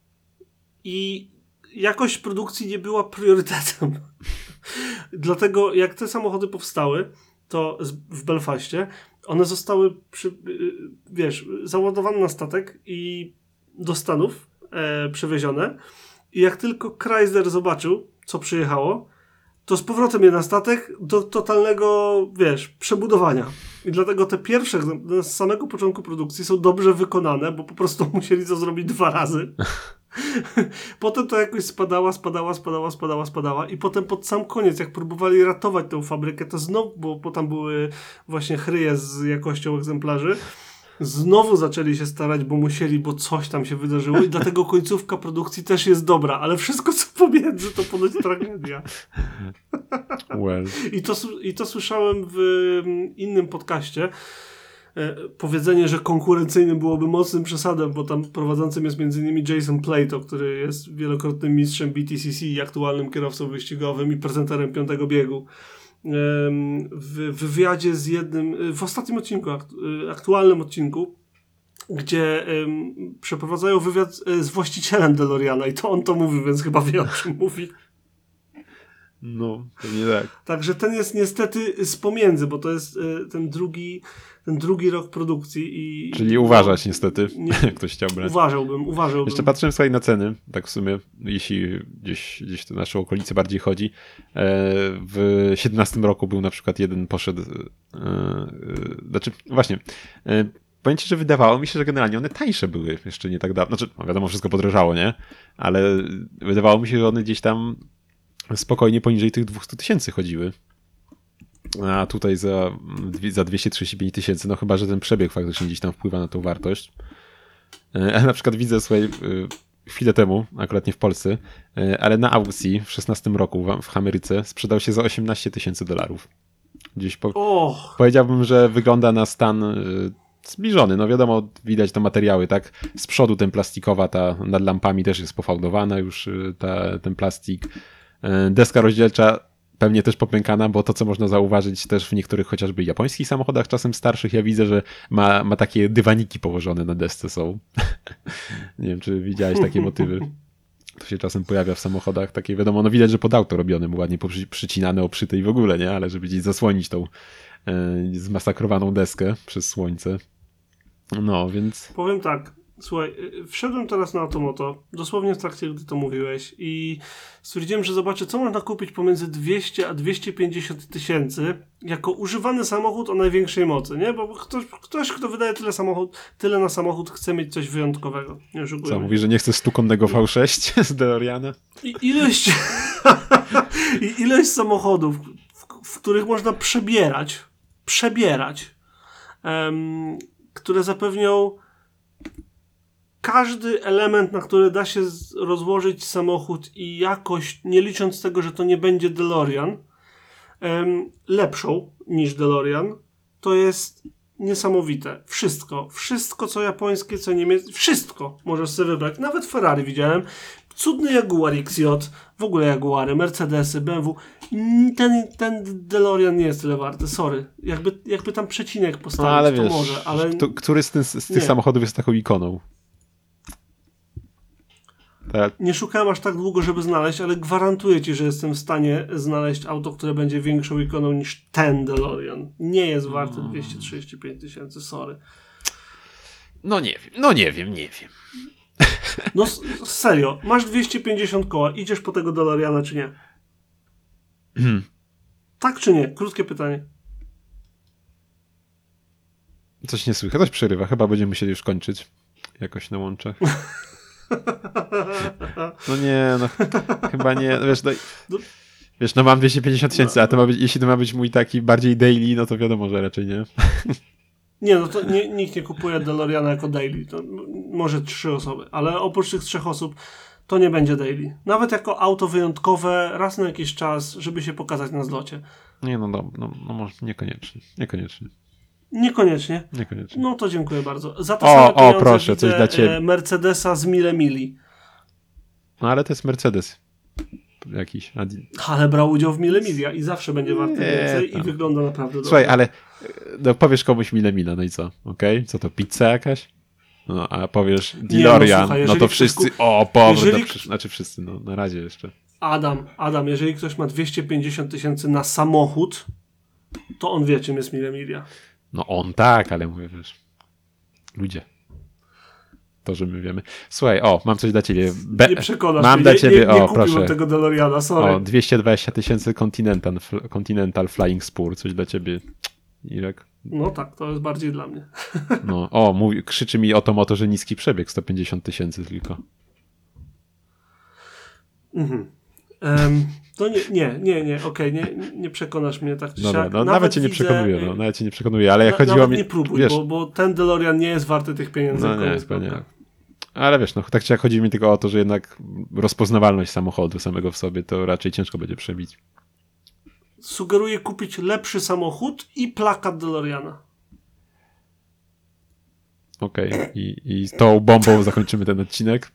I jakość produkcji nie była priorytetem. Dlatego jak te samochody powstały, to z- w Belfaście, one zostały przy, y, wiesz, załadowane na statek i do Stanów e, przewiezione. I jak tylko Chrysler zobaczył, co przyjechało, to z powrotem je na statek do totalnego, wiesz, przebudowania. I dlatego te pierwsze z samego początku produkcji są dobrze wykonane, bo po prostu musieli to zrobić dwa razy. Potem to jakoś spadała, spadała, spadała, spadała, spadała i potem pod sam koniec, jak próbowali ratować tę fabrykę, to znowu, bo, bo tam były właśnie chryje z jakością egzemplarzy, znowu zaczęli się starać, bo musieli, bo coś tam się wydarzyło i dlatego końcówka produkcji też jest dobra, ale wszystko co pomiędzy to ponoć tragedia. Well. I to, s- I to słyszałem w mm, innym podcaście. E, powiedzenie, że konkurencyjnym byłoby mocnym przesadem, bo tam prowadzącym jest między innymi Jason Plato, który jest wielokrotnym mistrzem B T C C i aktualnym kierowcą wyścigowym i prezenterem piątego biegu. Em, w w wywiadzie z jednym, w ostatnim odcinku, aktu- aktualnym odcinku, gdzie em, przeprowadzają wywiad e, z właścicielem DeLoreana i to on to mówi, więc chyba wie, o czym mówi. No, pewnie tak. Także ten jest niestety z pomiędzy, bo to jest y, ten drugi, ten drugi rok produkcji i... Czyli uważać niestety, Nie. jak ktoś chciał brać. Uważałbym, uważałbym. Jeszcze patrzyłem sobie na ceny, tak w sumie, jeśli gdzieś, gdzieś to naszą okolicę bardziej chodzi. E, w siedemnastym roku był na przykład jeden poszedł, e, e, znaczy właśnie, e, powiem ci, że wydawało mi się, że generalnie one tańsze były jeszcze nie tak dawno. Znaczy, no wiadomo, wszystko podrożało, nie? Ale wydawało mi się, że one gdzieś tam spokojnie poniżej tych dwieście tysięcy chodziły. A tutaj za, za dwieście trzydzieści pięć tysięcy, no chyba, że ten przebieg faktycznie gdzieś tam wpływa na tą wartość. Ale na przykład widzę, słuchaj, chwilę temu, akurat nie w Polsce, ale na aukcji w szesnastym roku w Ameryce sprzedał się za osiemnaście tysięcy dolarów. Gdzieś po... Och. Powiedziałbym, że wygląda na stan zbliżony. No wiadomo, widać te materiały, tak? Z przodu ten plastikowa, ta nad lampami też jest pofałdowana już ta, ten plastik. Deska rozdzielcza pewnie też popękana, bo to, co można zauważyć też w niektórych chociażby japońskich samochodach, czasem starszych, ja widzę, że ma, ma takie dywaniki położone na desce są. Nie wiem, czy widziałeś takie motywy. To się czasem pojawia w samochodach. Takie wiadomo, no widać, że pod auto robione, mu ładnie poprzy, przycinane, obszyte i w ogóle, nie? Ale żeby gdzieś zasłonić tą e, zmasakrowaną deskę przez słońce. No, więc... Powiem tak, słuchaj, wszedłem teraz na Automoto, dosłownie w trakcie, gdy to mówiłeś i stwierdziłem, że zobaczę, co można kupić pomiędzy dwieście a dwieście pięćdziesiąt tysięcy jako używany samochód o największej mocy, nie? Bo ktoś, ktoś kto wydaje tyle, samochód, tyle na samochód, chce mieć coś wyjątkowego. Nie oszukujmy. Co, mówi, że nie chce stukonnego V sześć z DeLoreana? I ilość, i ilość samochodów, w, w których można przebierać, przebierać, um, które zapewnią każdy element, na który da się z- rozłożyć samochód i jakość, nie licząc tego, że to nie będzie DeLorean, em, lepszą niż DeLorean, to jest niesamowite. Wszystko. Wszystko, co japońskie, co niemieckie, wszystko możesz sobie wybrać. Nawet Ferrari widziałem. Cudny Jaguar X J, w ogóle Jaguary, Mercedesy, B M W. Mm, Ten, ten DeLorean nie jest tyle warty, sorry. Jakby, jakby tam przecinek postawić, No ale to wiesz, może, ale... kto, który z, tym, z tych Nie. samochodów jest taką ikoną? Tak. Nie szukałem aż tak długo, żeby znaleźć, ale gwarantuję ci, że jestem w stanie znaleźć auto, które będzie większą ikoną niż ten DeLorean. Nie jest warty dwieście trzydzieści pięć tysięcy, sorry. No nie wiem, no nie wiem, nie wiem. No s- serio, masz dwieście pięćdziesiąt koła, idziesz po tego DeLoreana czy nie? Tak czy nie? Krótkie pytanie. Coś nie słychać, coś przerywa. Chyba będziemy musieli już kończyć. Jakoś na łączach. No nie, no chyba nie. No wiesz, no, No. wiesz, no mam dwieście pięćdziesiąt tysięcy, a to ma być, jeśli to ma być mój taki bardziej daily, no to wiadomo, że raczej nie. Nie, no to nie, nikt nie kupuje DeLoreana jako daily. To m- może trzy osoby, ale oprócz tych trzech osób to nie będzie daily. Nawet jako auto wyjątkowe, raz na jakiś czas, żeby się pokazać na zlocie. Nie, no, no, no, no może niekoniecznie. Niekoniecznie. Niekoniecznie. Niekoniecznie. No to dziękuję bardzo. Za to O, same o, pieniądze proszę, widzę, coś dla ciebie. e, Mercedesa z mile mili. No ale to jest Mercedes. Jakiś. Adi- Ale brał udział w mile milia i zawsze będzie warty Nie, więcej tam. i wygląda naprawdę dobrze. Słuchaj, ale no, powiesz komuś mile mila, no i co? Okej? Okay? Co to, pizza jakaś? No, a powiesz DeLorean, słuchaj, no, jeżeli to ktoś wszyscy, kup- o, powrót jeżeli- do przysz... Znaczy wszyscy, no, na razie jeszcze. Adam, Adam, jeżeli ktoś ma dwieście pięćdziesiąt tysięcy na samochód, to on wie, czym jest mile milia. No on tak, ale mówię, wiesz, ludzie. To, że my wiemy. Słuchaj, o, mam coś dla ciebie. Be- Nie przekonasz mam mnie, dla nie, ciebie, nie, nie o, kupiłbym proszę. tego DeLoreana, sorry. O, dwieście dwadzieścia tysięcy Continental, Fl- Continental Flying Spur, coś dla ciebie. Irek? No tak, to jest bardziej dla mnie. No, o, mówi, krzyczy mi o to moto, że niski przebieg, sto pięćdziesiąt tysięcy tylko. Mhm. Em, to nie, nie, nie, nie, okej, nie, nie przekonasz mnie tak czy Dobra, siak. no, nawet cię nie widzę, przekonuję, no, nawet cię nie przekonuję, ale jak na, chodziło nawet mi... nie próbuj, wiesz, bo, bo ten DeLorean nie jest warty tych pieniędzy. no nie, koniec, chyba nie. kropka. Ale wiesz, no tak czy jak chodzi mi tylko o to, że jednak rozpoznawalność samochodu samego w sobie to raczej ciężko będzie przebić. Sugeruję kupić lepszy samochód i plakat DeLoreana. Okej, I, i z tą bombą zakończymy ten odcinek.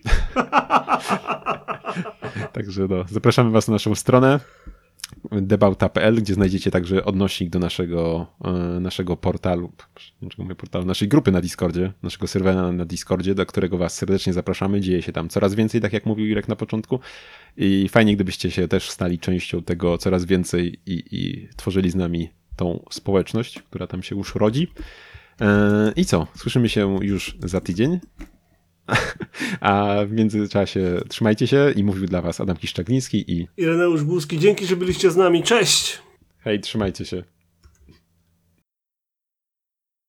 Także no, zapraszamy was na naszą stronę debauta kropka p l, gdzie znajdziecie także odnośnik do naszego, e, naszego portalu, nie wiem, mówię portalu, naszej grupy na Discordzie, naszego serwera na Discordzie, do którego was serdecznie zapraszamy. Dzieje się tam coraz więcej, tak jak mówił Irek na początku, i fajnie, gdybyście się też stali częścią tego coraz więcej i, i tworzyli z nami tą społeczność, która tam się już rodzi. E, I co? Słyszymy się już za tydzień. A w międzyczasie trzymajcie się i mówił dla was Adam Kiszczagliński i Ireneusz Głuski, dzięki, że byliście z nami. Cześć! hej, trzymajcie się.